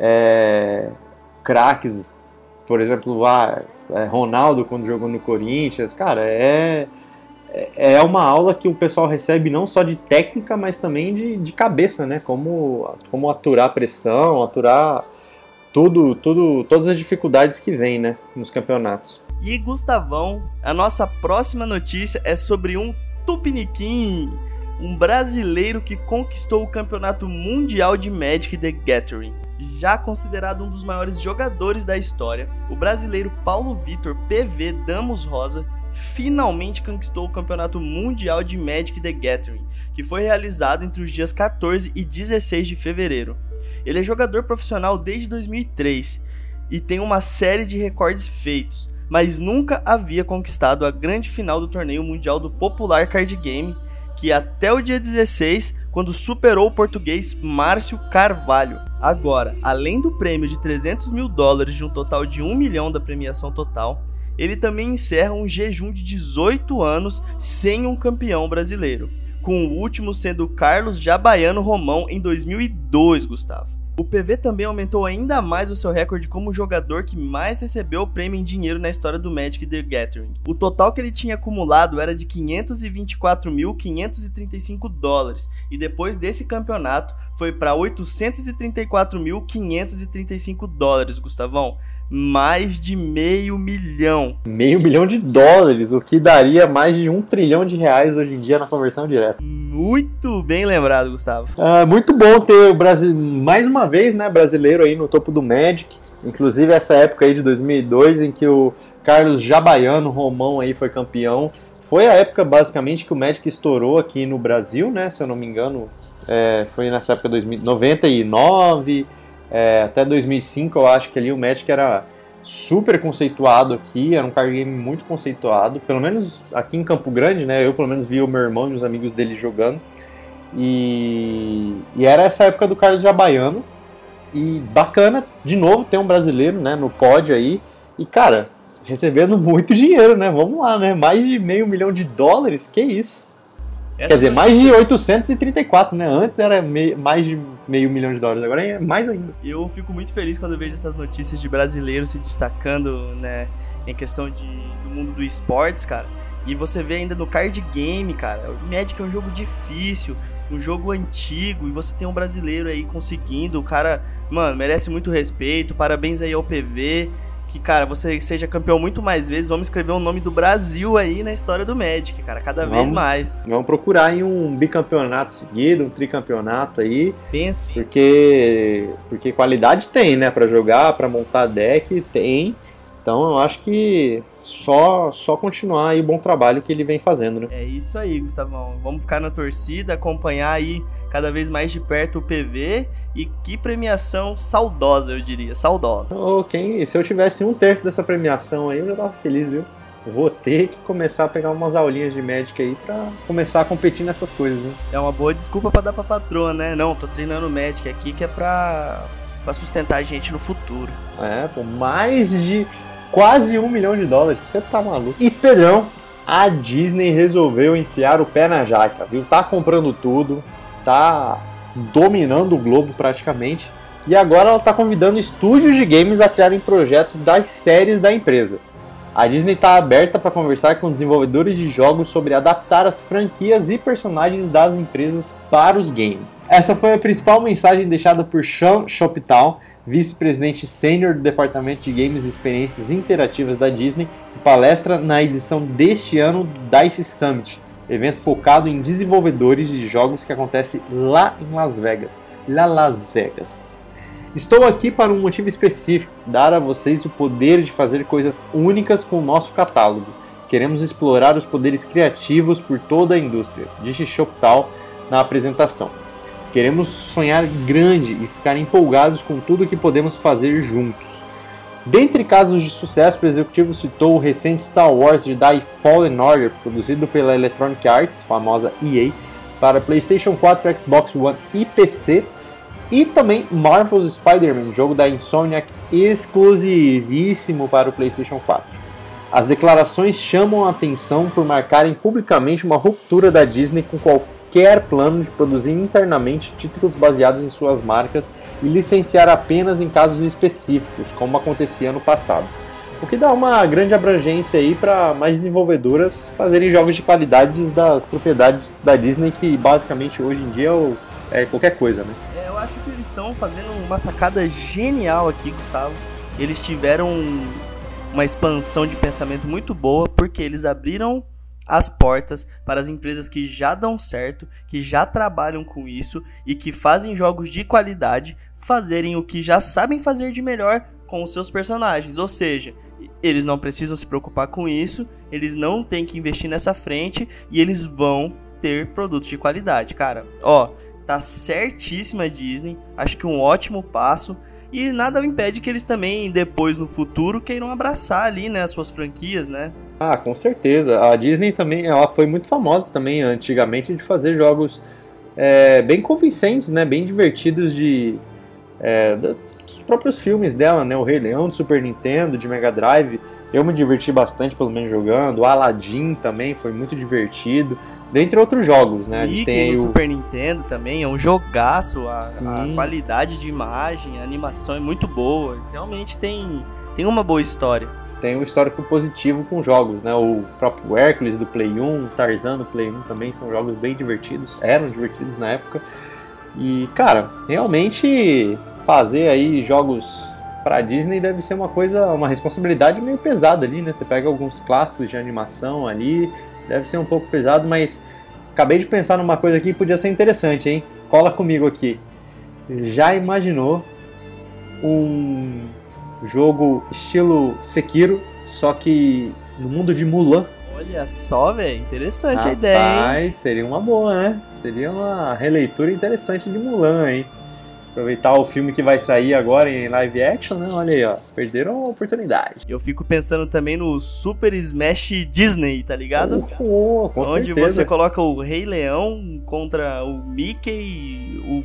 craques. Por exemplo, Ronaldo quando jogou no Corinthians, cara, é uma aula que o pessoal recebe não só de técnica, mas também de cabeça, né? Como aturar a pressão, aturar todas as dificuldades que vem, né, nos campeonatos. E Gustavão, a nossa próxima notícia é sobre um tupiniquim, um brasileiro que conquistou o campeonato mundial de Magic the Gathering. Já considerado um dos maiores jogadores da história, o brasileiro Paulo Vitor PV Damos Rosa finalmente conquistou o campeonato mundial de Magic the Gathering, que foi realizado entre os dias 14 e 16 de fevereiro. Ele é jogador profissional desde 2003 e tem uma série de recordes feitos, mas nunca havia conquistado a grande final do torneio mundial do popular card game, que até o dia 16, quando superou o português Márcio Carvalho. Agora, além do prêmio de $300 mil de um total de 1 milhão da premiação total, ele também encerra um jejum de 18 anos sem um campeão brasileiro, com o último sendo Carlos Jabaiano Romão em 2002, Gustavo. O PV também aumentou ainda mais o seu recorde como o jogador que mais recebeu o prêmio em dinheiro na história do Magic the Gathering. O total que ele tinha acumulado era de $524.535 e depois desse campeonato foi para $834.535, Gustavão. Mais de $500 milhão. $500 milhão, o que daria mais de R$1 trilhão hoje em dia na conversão direta. Muito bem lembrado, Gustavo. Muito bom ter o Brasil, mais uma vez, né, brasileiro aí no topo do Magic. Inclusive essa época aí de 2002 em que o Carlos Jabaiano Romão aí foi campeão. Foi a época basicamente que o Magic estourou aqui no Brasil, né, se eu não me engano. Foi nessa época de 99... até 2005 eu acho que ali o Magic era super conceituado aqui, era um card game muito conceituado, pelo menos aqui em Campo Grande, né, eu pelo menos vi o meu irmão e os amigos dele jogando, e era essa época do Carlos Jabaiano, e bacana, de novo, ter um brasileiro, né, no pódio aí, e cara, recebendo muito dinheiro, né, vamos lá, né, mais de $500 milhão, que isso? Quer dizer, mais de 834, né? Antes era mais de $500 milhão, agora é mais ainda. Eu fico muito feliz quando eu vejo essas notícias de brasileiros se destacando, né, em questão do mundo do esportes, cara. E você vê ainda no card game, cara, o Magic é um jogo difícil, um jogo antigo, e você tem um brasileiro aí conseguindo, o cara, mano, merece muito respeito, parabéns aí ao PV. Que, cara, você seja campeão muito mais vezes. Vamos escrever o nome do Brasil aí na história do Magic, cara, vez mais. Vamos procurar aí um bicampeonato seguido, um tricampeonato aí. Pense. Porque qualidade tem, né, pra jogar, pra montar deck, tem. Então eu acho que só continuar aí o bom trabalho que ele vem fazendo, né? É isso aí, Gustavão. Vamos ficar na torcida, acompanhar aí cada vez mais de perto o PV. E que premiação saudosa, eu diria. Saudosa. Se eu tivesse 1/3 dessa premiação aí, eu já tava feliz, viu? Eu vou ter que começar a pegar umas aulinhas de Magic aí pra começar a competir nessas coisas, viu? É uma boa desculpa pra dar pra patroa, né? Não, tô treinando Magic aqui que é pra sustentar a gente no futuro. Mais de quase $1 milhão, você tá maluco. E Pedrão, a Disney resolveu enfiar o pé na jaca, viu? Tá comprando tudo, tá dominando o globo praticamente, e agora ela tá convidando estúdios de games a criarem projetos das séries da empresa. A Disney está aberta para conversar com desenvolvedores de jogos sobre adaptar as franquias e personagens das empresas para os games. Essa foi a principal mensagem deixada por Sean Shoptaw, vice-presidente sênior do Departamento de Games e Experiências Interativas da Disney, em palestra na edição deste ano do DICE Summit, evento focado em desenvolvedores de jogos que acontece lá em Las Vegas. Las Vegas. Estou aqui para um motivo específico, dar a vocês o poder de fazer coisas únicas com o nosso catálogo. Queremos explorar os poderes criativos por toda a indústria, disse Shoptaw na apresentação. Queremos sonhar grande e ficar empolgados com tudo que podemos fazer juntos. Dentre casos de sucesso, o executivo citou o recente Star Wars Jedi Fallen Order, produzido pela Electronic Arts, famosa EA, para PlayStation 4, Xbox One e PC, e também Marvel's Spider-Man, jogo da Insomniac exclusivíssimo para o PlayStation 4. As declarações chamam a atenção por marcarem publicamente uma ruptura da Disney com qualquer plano de produzir internamente títulos baseados em suas marcas e licenciar apenas em casos específicos, como acontecia no passado. O que dá uma grande abrangência aí para mais desenvolvedoras fazerem jogos de qualidade das propriedades da Disney, que basicamente hoje em dia é qualquer coisa, né? Eu acho que eles estão fazendo uma sacada genial aqui, Gustavo. Eles tiveram uma expansão de pensamento muito boa, porque eles abriram as portas para as empresas que já dão certo, que já trabalham com isso e que fazem jogos de qualidade, fazerem o que já sabem fazer de melhor com os seus personagens. Ou seja, eles não precisam se preocupar com isso, eles não têm que investir nessa frente e eles vão ter produtos de qualidade. Cara, tá certíssima a Disney, acho que um ótimo passo, e nada impede que eles também, depois no futuro, queiram abraçar ali, né, as suas franquias, né? Ah, com certeza. A Disney também, ela foi muito famosa também antigamente de fazer jogos bem convincentes, né, bem divertidos dos próprios filmes dela, né, o Rei Leão do Super Nintendo, de Mega Drive, eu me diverti bastante, pelo menos jogando, o Aladdin também foi muito divertido. Dentre outros jogos, né? Mickey tem no Super Nintendo também, é um jogaço, a qualidade de imagem, a animação é muito boa, eles realmente tem uma boa história. Tem um histórico positivo com jogos, né? O próprio Hércules do Play 1, Tarzan do Play 1 também são jogos bem divertidos, eram divertidos na época. E, cara, realmente fazer aí jogos pra Disney deve ser uma responsabilidade meio pesada ali, né? Você pega alguns clássicos de animação ali, deve ser um pouco pesado, mas acabei de pensar numa coisa aqui que podia ser interessante, hein? Cola comigo aqui. Já imaginou um jogo estilo Sekiro, só que no mundo de Mulan? Olha só, velho, interessante a ideia, hein? Seria uma boa, né? Seria uma releitura interessante de Mulan, hein? Aproveitar o filme que vai sair agora em live action, né? Olha aí, ó. Perderam a oportunidade. Eu fico pensando também no Super Smash Disney, tá ligado? Com onde certeza. Você coloca o Rei Leão contra o Mickey, o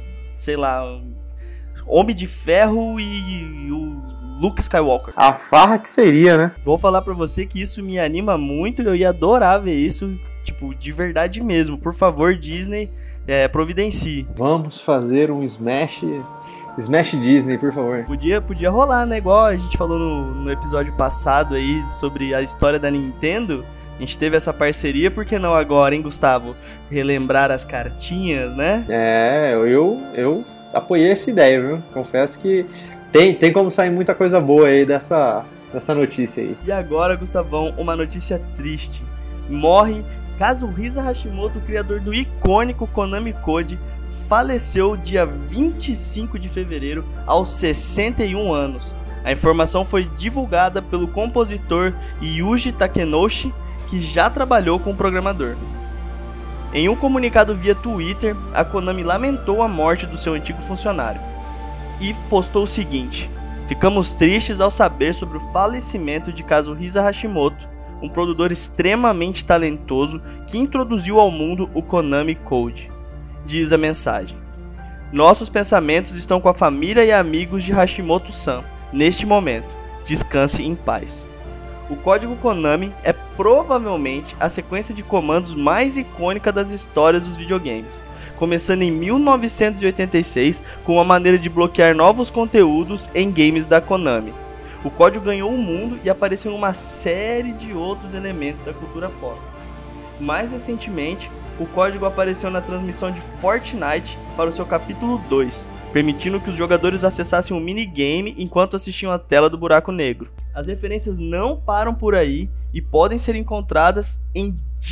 Homem de Ferro e o Luke Skywalker. A farra que seria, né? Vou falar pra você que isso me anima muito, eu ia adorar ver isso, tipo, de verdade mesmo. Por favor, Disney, providencie. Vamos fazer um Smash Disney, por favor. Podia rolar, né? Igual a gente falou no episódio passado aí sobre a história da Nintendo. A gente teve essa parceria, por que não agora, hein, Gustavo? Relembrar as cartinhas, né? Eu apoiei essa ideia, viu? Confesso que tem como sair muita coisa boa aí dessa notícia aí. E agora, Gustavão, uma notícia triste. Morre Kazuhisa Hashimoto, criador do icônico Konami Code, faleceu dia 25 de fevereiro aos 61 anos. A informação foi divulgada pelo compositor Yuji Takenouchi, que já trabalhou com o programador. Em um comunicado via Twitter, a Konami lamentou a morte do seu antigo funcionário e postou o seguinte: "Ficamos tristes ao saber sobre o falecimento de Kazuhisa Hashimoto, um produtor extremamente talentoso que introduziu ao mundo o Konami Code", diz a mensagem. "Nossos pensamentos estão com a família e amigos de Hashimoto-san neste momento. Descanse em paz." O código Konami é provavelmente a sequência de comandos mais icônica das histórias dos videogames, começando em 1986 com uma maneira de bloquear novos conteúdos em games da Konami. O código ganhou o mundo e apareceu em uma série de outros elementos da cultura pop. Mais recentemente, o código apareceu na transmissão de Fortnite para o seu capítulo 2, permitindo que os jogadores acessassem um minigame enquanto assistiam a tela do buraco negro. As referências não param por aí e podem ser encontradas em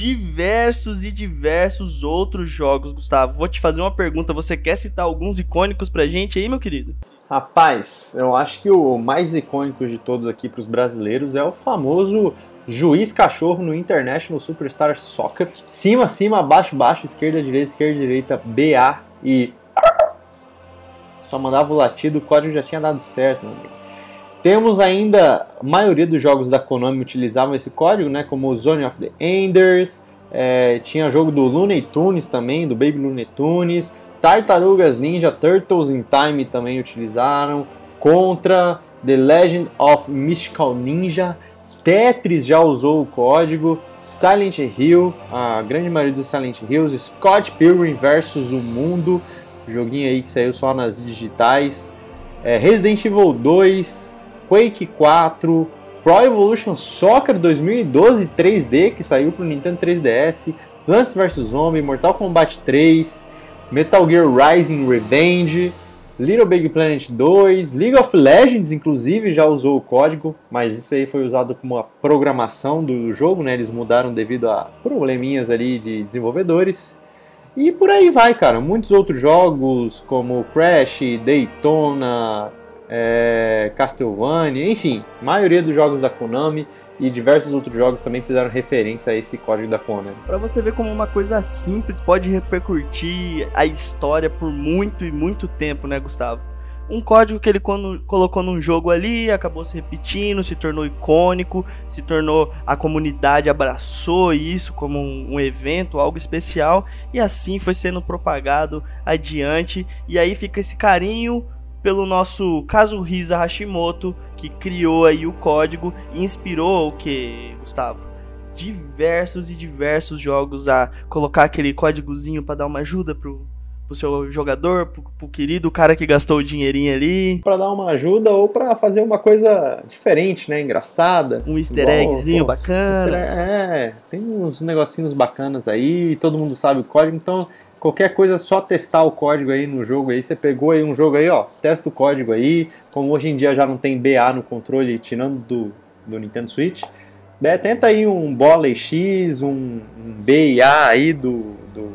diversos outros jogos. Gustavo, vou te fazer uma pergunta, você quer citar alguns icônicos pra gente aí, meu querido? Rapaz, eu acho que o mais icônico de todos aqui para os brasileiros é o famoso Juiz Cachorro no International Superstar Soccer. Cima, baixo, esquerda, direita, BA e... Só mandava o latido, o código já tinha dado certo, meu amigo. Temos ainda, a maioria dos jogos da Konami utilizavam esse código, né? Como o Zone of the Enders, tinha jogo do Looney Tunes também, do Baby Looney Tunes, Tartarugas Ninja, Turtles in Time também utilizaram, Contra, The Legend of Mystical Ninja, Tetris já usou o código, Silent Hill, a grande maioria dos Silent Hills, Scott Pilgrim vs. O Mundo, joguinho aí que saiu só nas digitais, Resident Evil 2, Quake 4, Pro Evolution Soccer 2012 3D, que saiu pro Nintendo 3DS, Plants vs Zombies, Mortal Kombat 3, Metal Gear Rising Revenge, Little Big Planet 2, League of Legends inclusive já usou o código, mas isso aí foi usado como uma programação do jogo, né? Eles mudaram devido a probleminhas ali de desenvolvedores. E por aí vai, cara. Muitos outros jogos como Crash, Daytona, Castlevania, enfim, a maioria dos jogos da Konami e diversos outros jogos também fizeram referência a esse código da Konami. Pra você ver como uma coisa simples pode repercutir a história por muito e muito tempo, né, Gustavo? Um código que ele colocou num jogo ali, acabou se repetindo, se tornou icônico, se tornou, a comunidade abraçou isso como um evento, algo especial, e assim foi sendo propagado adiante, e aí fica esse carinho pelo nosso Kazuhisa Hashimoto, que criou aí o código e inspirou o que, Gustavo? Diversos jogos a colocar aquele códigozinho para dar uma ajuda pro seu jogador, pro querido cara que gastou o dinheirinho ali. Pra dar uma ajuda ou pra fazer uma coisa diferente, né? Engraçada. Um easter eggzinho bacana. Tem uns negocinhos bacanas aí, todo mundo sabe o código, então qualquer coisa, só testar o código aí no jogo aí. Você pegou aí um jogo aí, ó, testa o código aí. Como hoje em dia já não tem BA no controle, tirando do Nintendo Switch, tenta aí um Bola X, um BA aí do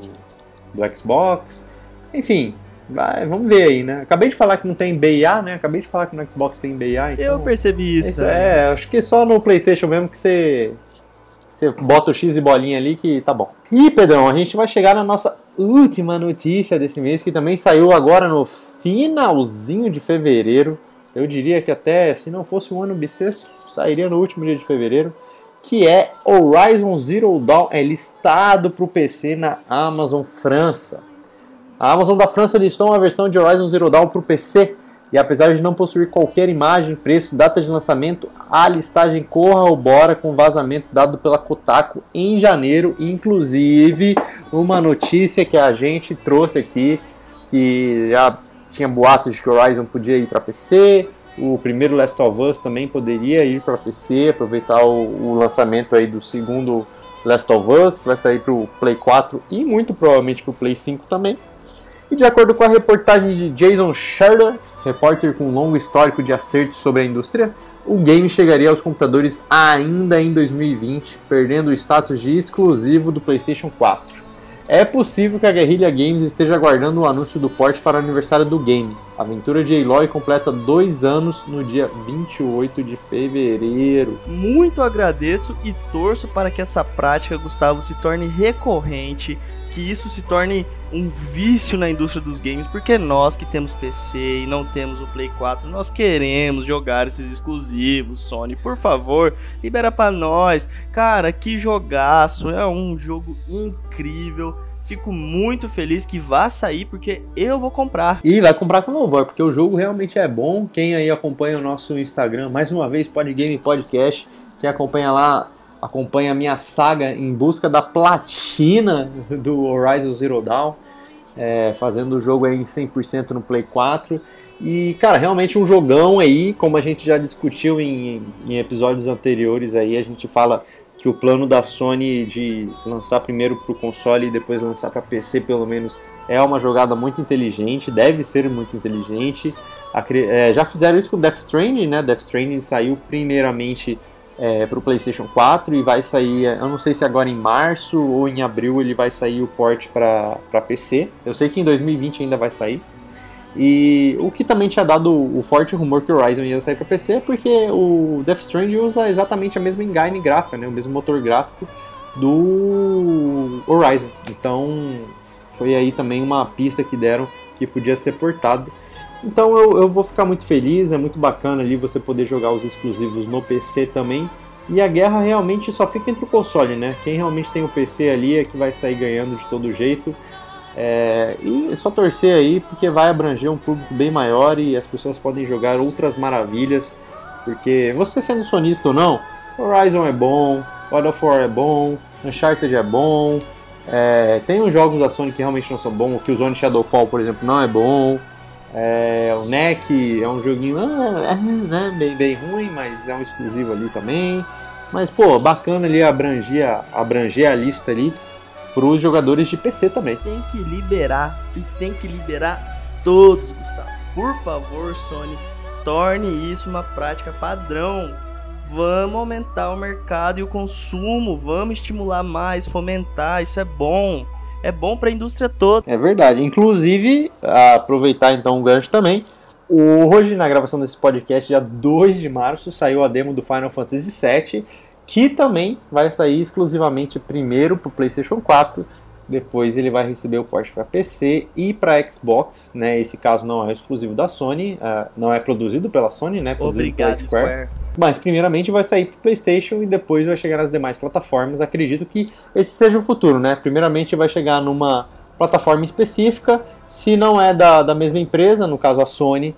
Xbox. Enfim, vamos ver aí, né? Acabei de falar que não tem BA, né? Acabei de falar que no Xbox tem BA. Então, eu percebi isso. Acho que só no PlayStation mesmo que você bota o X e bolinha ali que tá bom. E, Pedrão, a gente vai chegar na nossa última notícia desse mês, que também saiu agora no finalzinho de fevereiro. Eu diria que até, se não fosse um ano bissexto, sairia no último dia de fevereiro, que é Horizon Zero Dawn, listado para o PC na Amazon França. A Amazon da França listou uma versão de Horizon Zero Dawn para o PC, e apesar de não possuir qualquer imagem, preço, data de lançamento, a listagem corrobora com o vazamento dado pela Kotaku em janeiro, inclusive uma notícia que a gente trouxe aqui, que já tinha boatos de que o Horizon podia ir para PC, o primeiro Last of Us também poderia ir para PC, aproveitar o lançamento aí do segundo Last of Us, que vai sair para o Play 4 e muito provavelmente para o Play 5 também. E de acordo com a reportagem de Jason Schreier, repórter com um longo histórico de acertos sobre a indústria, o game chegaria aos computadores ainda em 2020, perdendo o status de exclusivo do PlayStation 4. É possível que a Guerrilla Games esteja aguardando o anúncio do port para o aniversário do game. A aventura de Aloy completa 2 anos no dia 28 de fevereiro. Muito agradeço e torço para que essa prática, Gustavo, se torne recorrente, que isso se torne um vício na indústria dos games, porque nós que temos PC e não temos o Play 4, nós queremos jogar esses exclusivos. Sony, por favor, libera pra nós. Cara, que jogaço, é um jogo incrível, Fico muito feliz que vá sair, porque eu vou comprar. E vai comprar com louvor, porque o jogo realmente é bom. Quem aí acompanha o nosso Instagram, mais uma vez, Podgame Podcast, quem acompanha lá, acompanha a minha saga em busca da platina do Horizon Zero Dawn, fazendo o jogo aí em 100% no Play 4. E, cara, realmente um jogão aí, como a gente já discutiu em episódios anteriores aí, a gente fala que o plano da Sony de lançar primeiro para o console e depois lançar para PC, pelo menos, é uma jogada muito inteligente, deve ser muito inteligente. Já fizeram isso com Death Stranding, né? Death Stranding saiu primeiramente para o PlayStation 4 e vai sair, eu não sei se agora em março ou em abril ele vai sair o port para PC. Eu sei que em 2020 ainda vai sair. E o que também tinha dado o forte rumor que o Horizon ia sair para PC é porque o Death Stranding usa exatamente a mesma engine gráfica, né, o mesmo motor gráfico do Horizon. Então foi aí também uma pista que deram que podia ser portado. Então eu vou ficar muito feliz, é muito bacana ali você poder jogar os exclusivos no PC também. E a guerra realmente só fica entre o console, né? Quem realmente tem o PC ali é que vai sair ganhando de todo jeito. E só torcer aí, porque vai abranger um público bem maior e as pessoas podem jogar outras maravilhas, porque você sendo sonista ou não, Horizon é bom, God of War é bom, Uncharted é bom, tem uns jogos da Sony que realmente não são bons, o Killzone Shadowfall, por exemplo, não é bom, o NEC é um joguinho bem ruim, mas é um exclusivo ali também, mas pô, bacana ali abranger a lista ali para os jogadores de PC também. Tem que liberar, e tem que liberar todos, Gustavo. Por favor, Sony, torne isso uma prática padrão. Vamos aumentar o mercado e o consumo, vamos estimular mais, fomentar, isso é bom. É bom para a indústria toda. É verdade. Inclusive, aproveitar então o gancho também, hoje na gravação desse podcast, dia 2 de março, saiu a demo do Final Fantasy VII, que também vai sair exclusivamente primeiro para o PlayStation 4, depois ele vai receber o port para PC e para Xbox, né? Esse caso não é exclusivo da Sony, não é produzido pela Sony, né? Obrigado, Square. Mas primeiramente vai sair para o PlayStation e depois vai chegar nas demais plataformas. Acredito que esse seja o futuro, né? Primeiramente vai chegar numa plataforma específica, se não é da mesma empresa, no caso a Sony.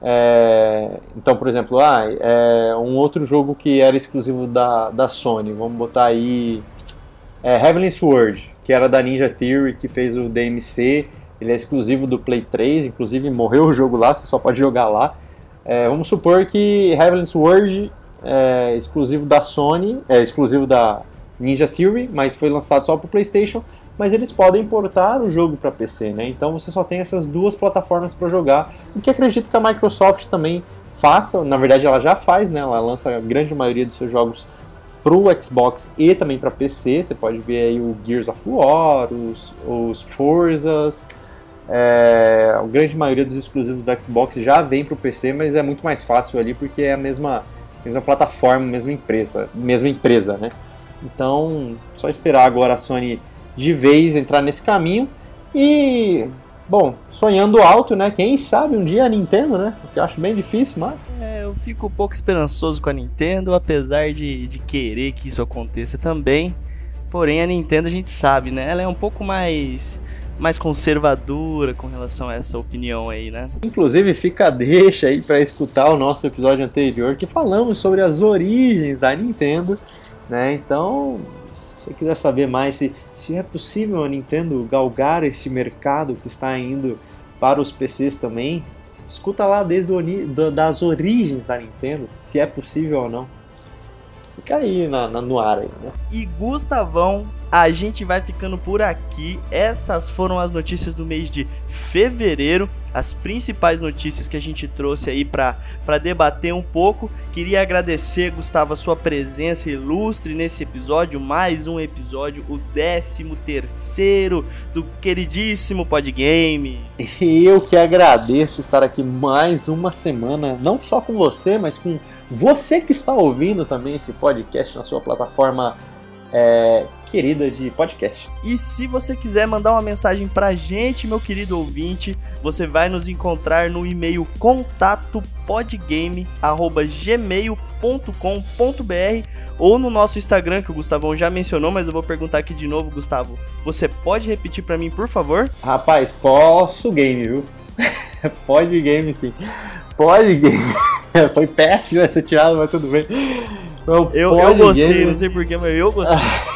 Então, por exemplo, um outro jogo que era exclusivo da Sony, vamos botar aí Heavenly Sword, que era da Ninja Theory, que fez o DMC, ele é exclusivo do Play 3, inclusive morreu o jogo lá, você só pode jogar lá. Vamos supor que Heavenly Sword é exclusivo da Sony, é exclusivo da Ninja Theory, mas foi lançado só para o PlayStation, mas eles podem importar o jogo para PC, né? Então você só tem essas duas plataformas para jogar, o que acredito que a Microsoft também faça, na verdade ela já faz, né? Ela lança a grande maioria dos seus jogos para o Xbox e também para PC, você pode ver aí o Gears of War, os Forzas, a grande maioria dos exclusivos do Xbox já vem para o PC, mas é muito mais fácil ali porque é a mesma plataforma, mesma empresa, né? Então, só esperar agora a Sony de vez entrar nesse caminho e, bom, sonhando alto, né? Quem sabe um dia a Nintendo, né? Que eu acho bem difícil, mas... eu fico um pouco esperançoso com a Nintendo, apesar de querer que isso aconteça também. Porém, a Nintendo a gente sabe, né? Ela é um pouco mais conservadora com relação a essa opinião aí, né? Inclusive, fica a deixa aí para escutar o nosso episódio anterior, que falamos sobre as origens da Nintendo, né? Então... se você quiser saber mais se é possível a Nintendo galgar esse mercado que está indo para os PCs também, escuta lá desde das origens da Nintendo, se é possível ou não. Fica aí no ar aí, né? E Gustavão, a gente vai ficando por aqui. Essas foram as notícias do mês de fevereiro, as principais notícias que a gente trouxe aí para debater um pouco. Queria agradecer, Gustavo, a sua presença ilustre nesse episódio, mais um episódio, o 13º do queridíssimo Podgame. E eu que agradeço estar aqui mais uma semana, não só com você, mas com você que está ouvindo também esse podcast na sua plataforma querida de podcast. E se você quiser mandar uma mensagem pra gente, meu querido ouvinte, você vai nos encontrar no e-mail contatopodgame@gmail.com.br ou no nosso Instagram, que o Gustavão já mencionou, mas eu vou perguntar aqui de novo, Gustavo. Você pode repetir pra mim, por favor? Rapaz, posso game, viu? Pode game, sim. Pode game. Foi péssimo essa tirada, mas tudo bem. Eu gostei, game. Não sei porquê, mas eu gostei.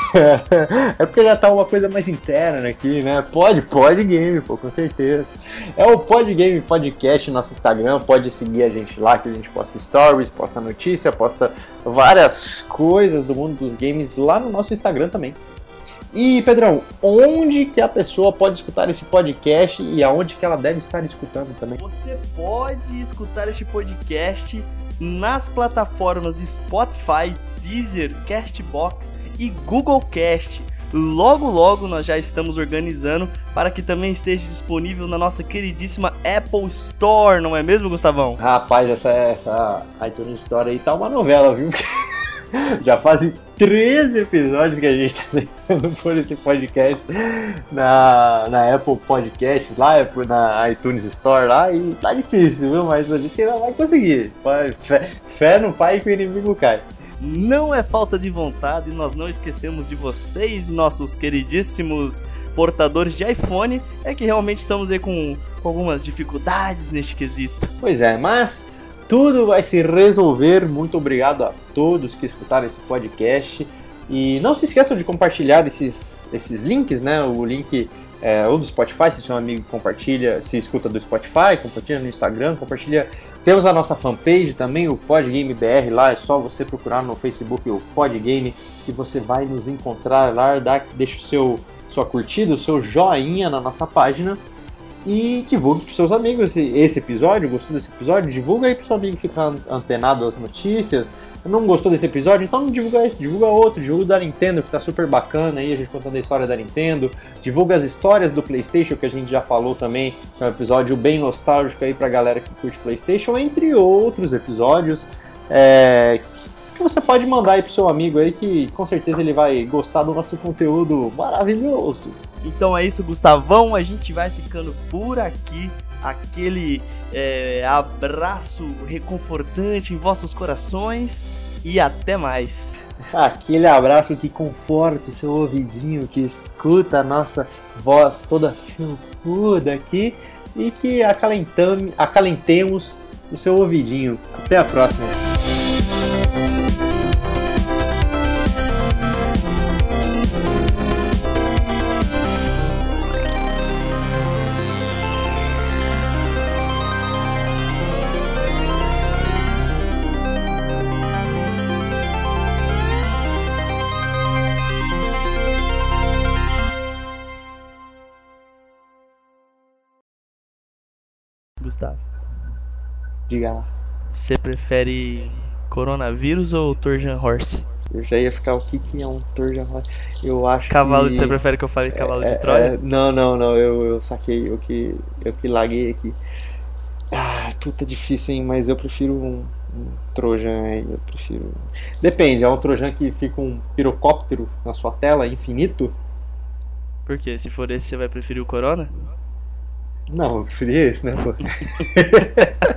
É porque já tá uma coisa mais interna aqui, né? Pode game, pô, com certeza. É o Pod Game Podcast no nosso Instagram, pode seguir a gente lá, que a gente posta stories, posta notícia, posta várias coisas do mundo dos games lá no nosso Instagram também. E, Pedrão, onde que a pessoa pode escutar esse podcast e aonde que ela deve estar escutando também? Você pode escutar este podcast nas plataformas Spotify, Deezer, Castbox e Google Cast. Logo nós já estamos organizando para que também esteja disponível na nossa queridíssima Apple Store, não é mesmo, Gustavão? Rapaz, essa iTunes Store aí tá uma novela, viu? Já fazem 13 episódios que a gente tá tentando por esse podcast na Apple Podcasts, lá na iTunes Store lá, e tá difícil, viu? Mas a gente ainda vai conseguir. Fé no pai que o inimigo cai. Não é falta de vontade, nós não esquecemos de vocês, nossos queridíssimos portadores de iPhone, é que realmente estamos aí com algumas dificuldades neste quesito. Pois é, mas tudo vai se resolver. Muito obrigado a todos que escutaram esse podcast. E não se esqueçam de compartilhar esses links, né? O link ou do Spotify, se seu amigo compartilha, se escuta do Spotify, compartilha no Instagram, compartilha. Temos a nossa fanpage também, o Podgame BR, lá é só você procurar no Facebook o Podgame que você vai nos encontrar lá, deixa sua curtida, o seu joinha na nossa página e divulgue para os seus amigos esse episódio. Gostou desse episódio? Divulga aí para o seu amigo ficar antenado às notícias. Não gostou desse episódio? Então não divulga esse, divulga outro, divulga o da Nintendo, que tá super bacana aí, a gente contando a história da Nintendo, divulga as histórias do PlayStation, que a gente já falou também, que é um episódio bem nostálgico aí pra galera que curte PlayStation, entre outros episódios, que você pode mandar aí pro seu amigo aí, que com certeza ele vai gostar do nosso conteúdo maravilhoso. Então é isso, Gustavão, a gente vai ficando por aqui. Aquele abraço reconfortante em vossos corações e até mais. Aquele abraço que conforta o seu ouvidinho, que escuta a nossa voz toda felpuda aqui e que acalentemos o seu ouvidinho. Até a próxima. Gustavo, diga lá. Você prefere coronavírus ou Trojan Horse? Eu já ia ficar, o que é um Trojan Horse? Eu acho cavalo, que... Você prefere que eu fale cavalo de Troia? Não, eu saquei, eu que laguei aqui. Puta difícil, hein, mas eu prefiro um Trojan, eu prefiro... Depende, é um Trojan que fica um pirocóptero na sua tela, infinito? Por quê? Se for esse, você vai preferir o Corona? Não, eu preferi esse, né, pô?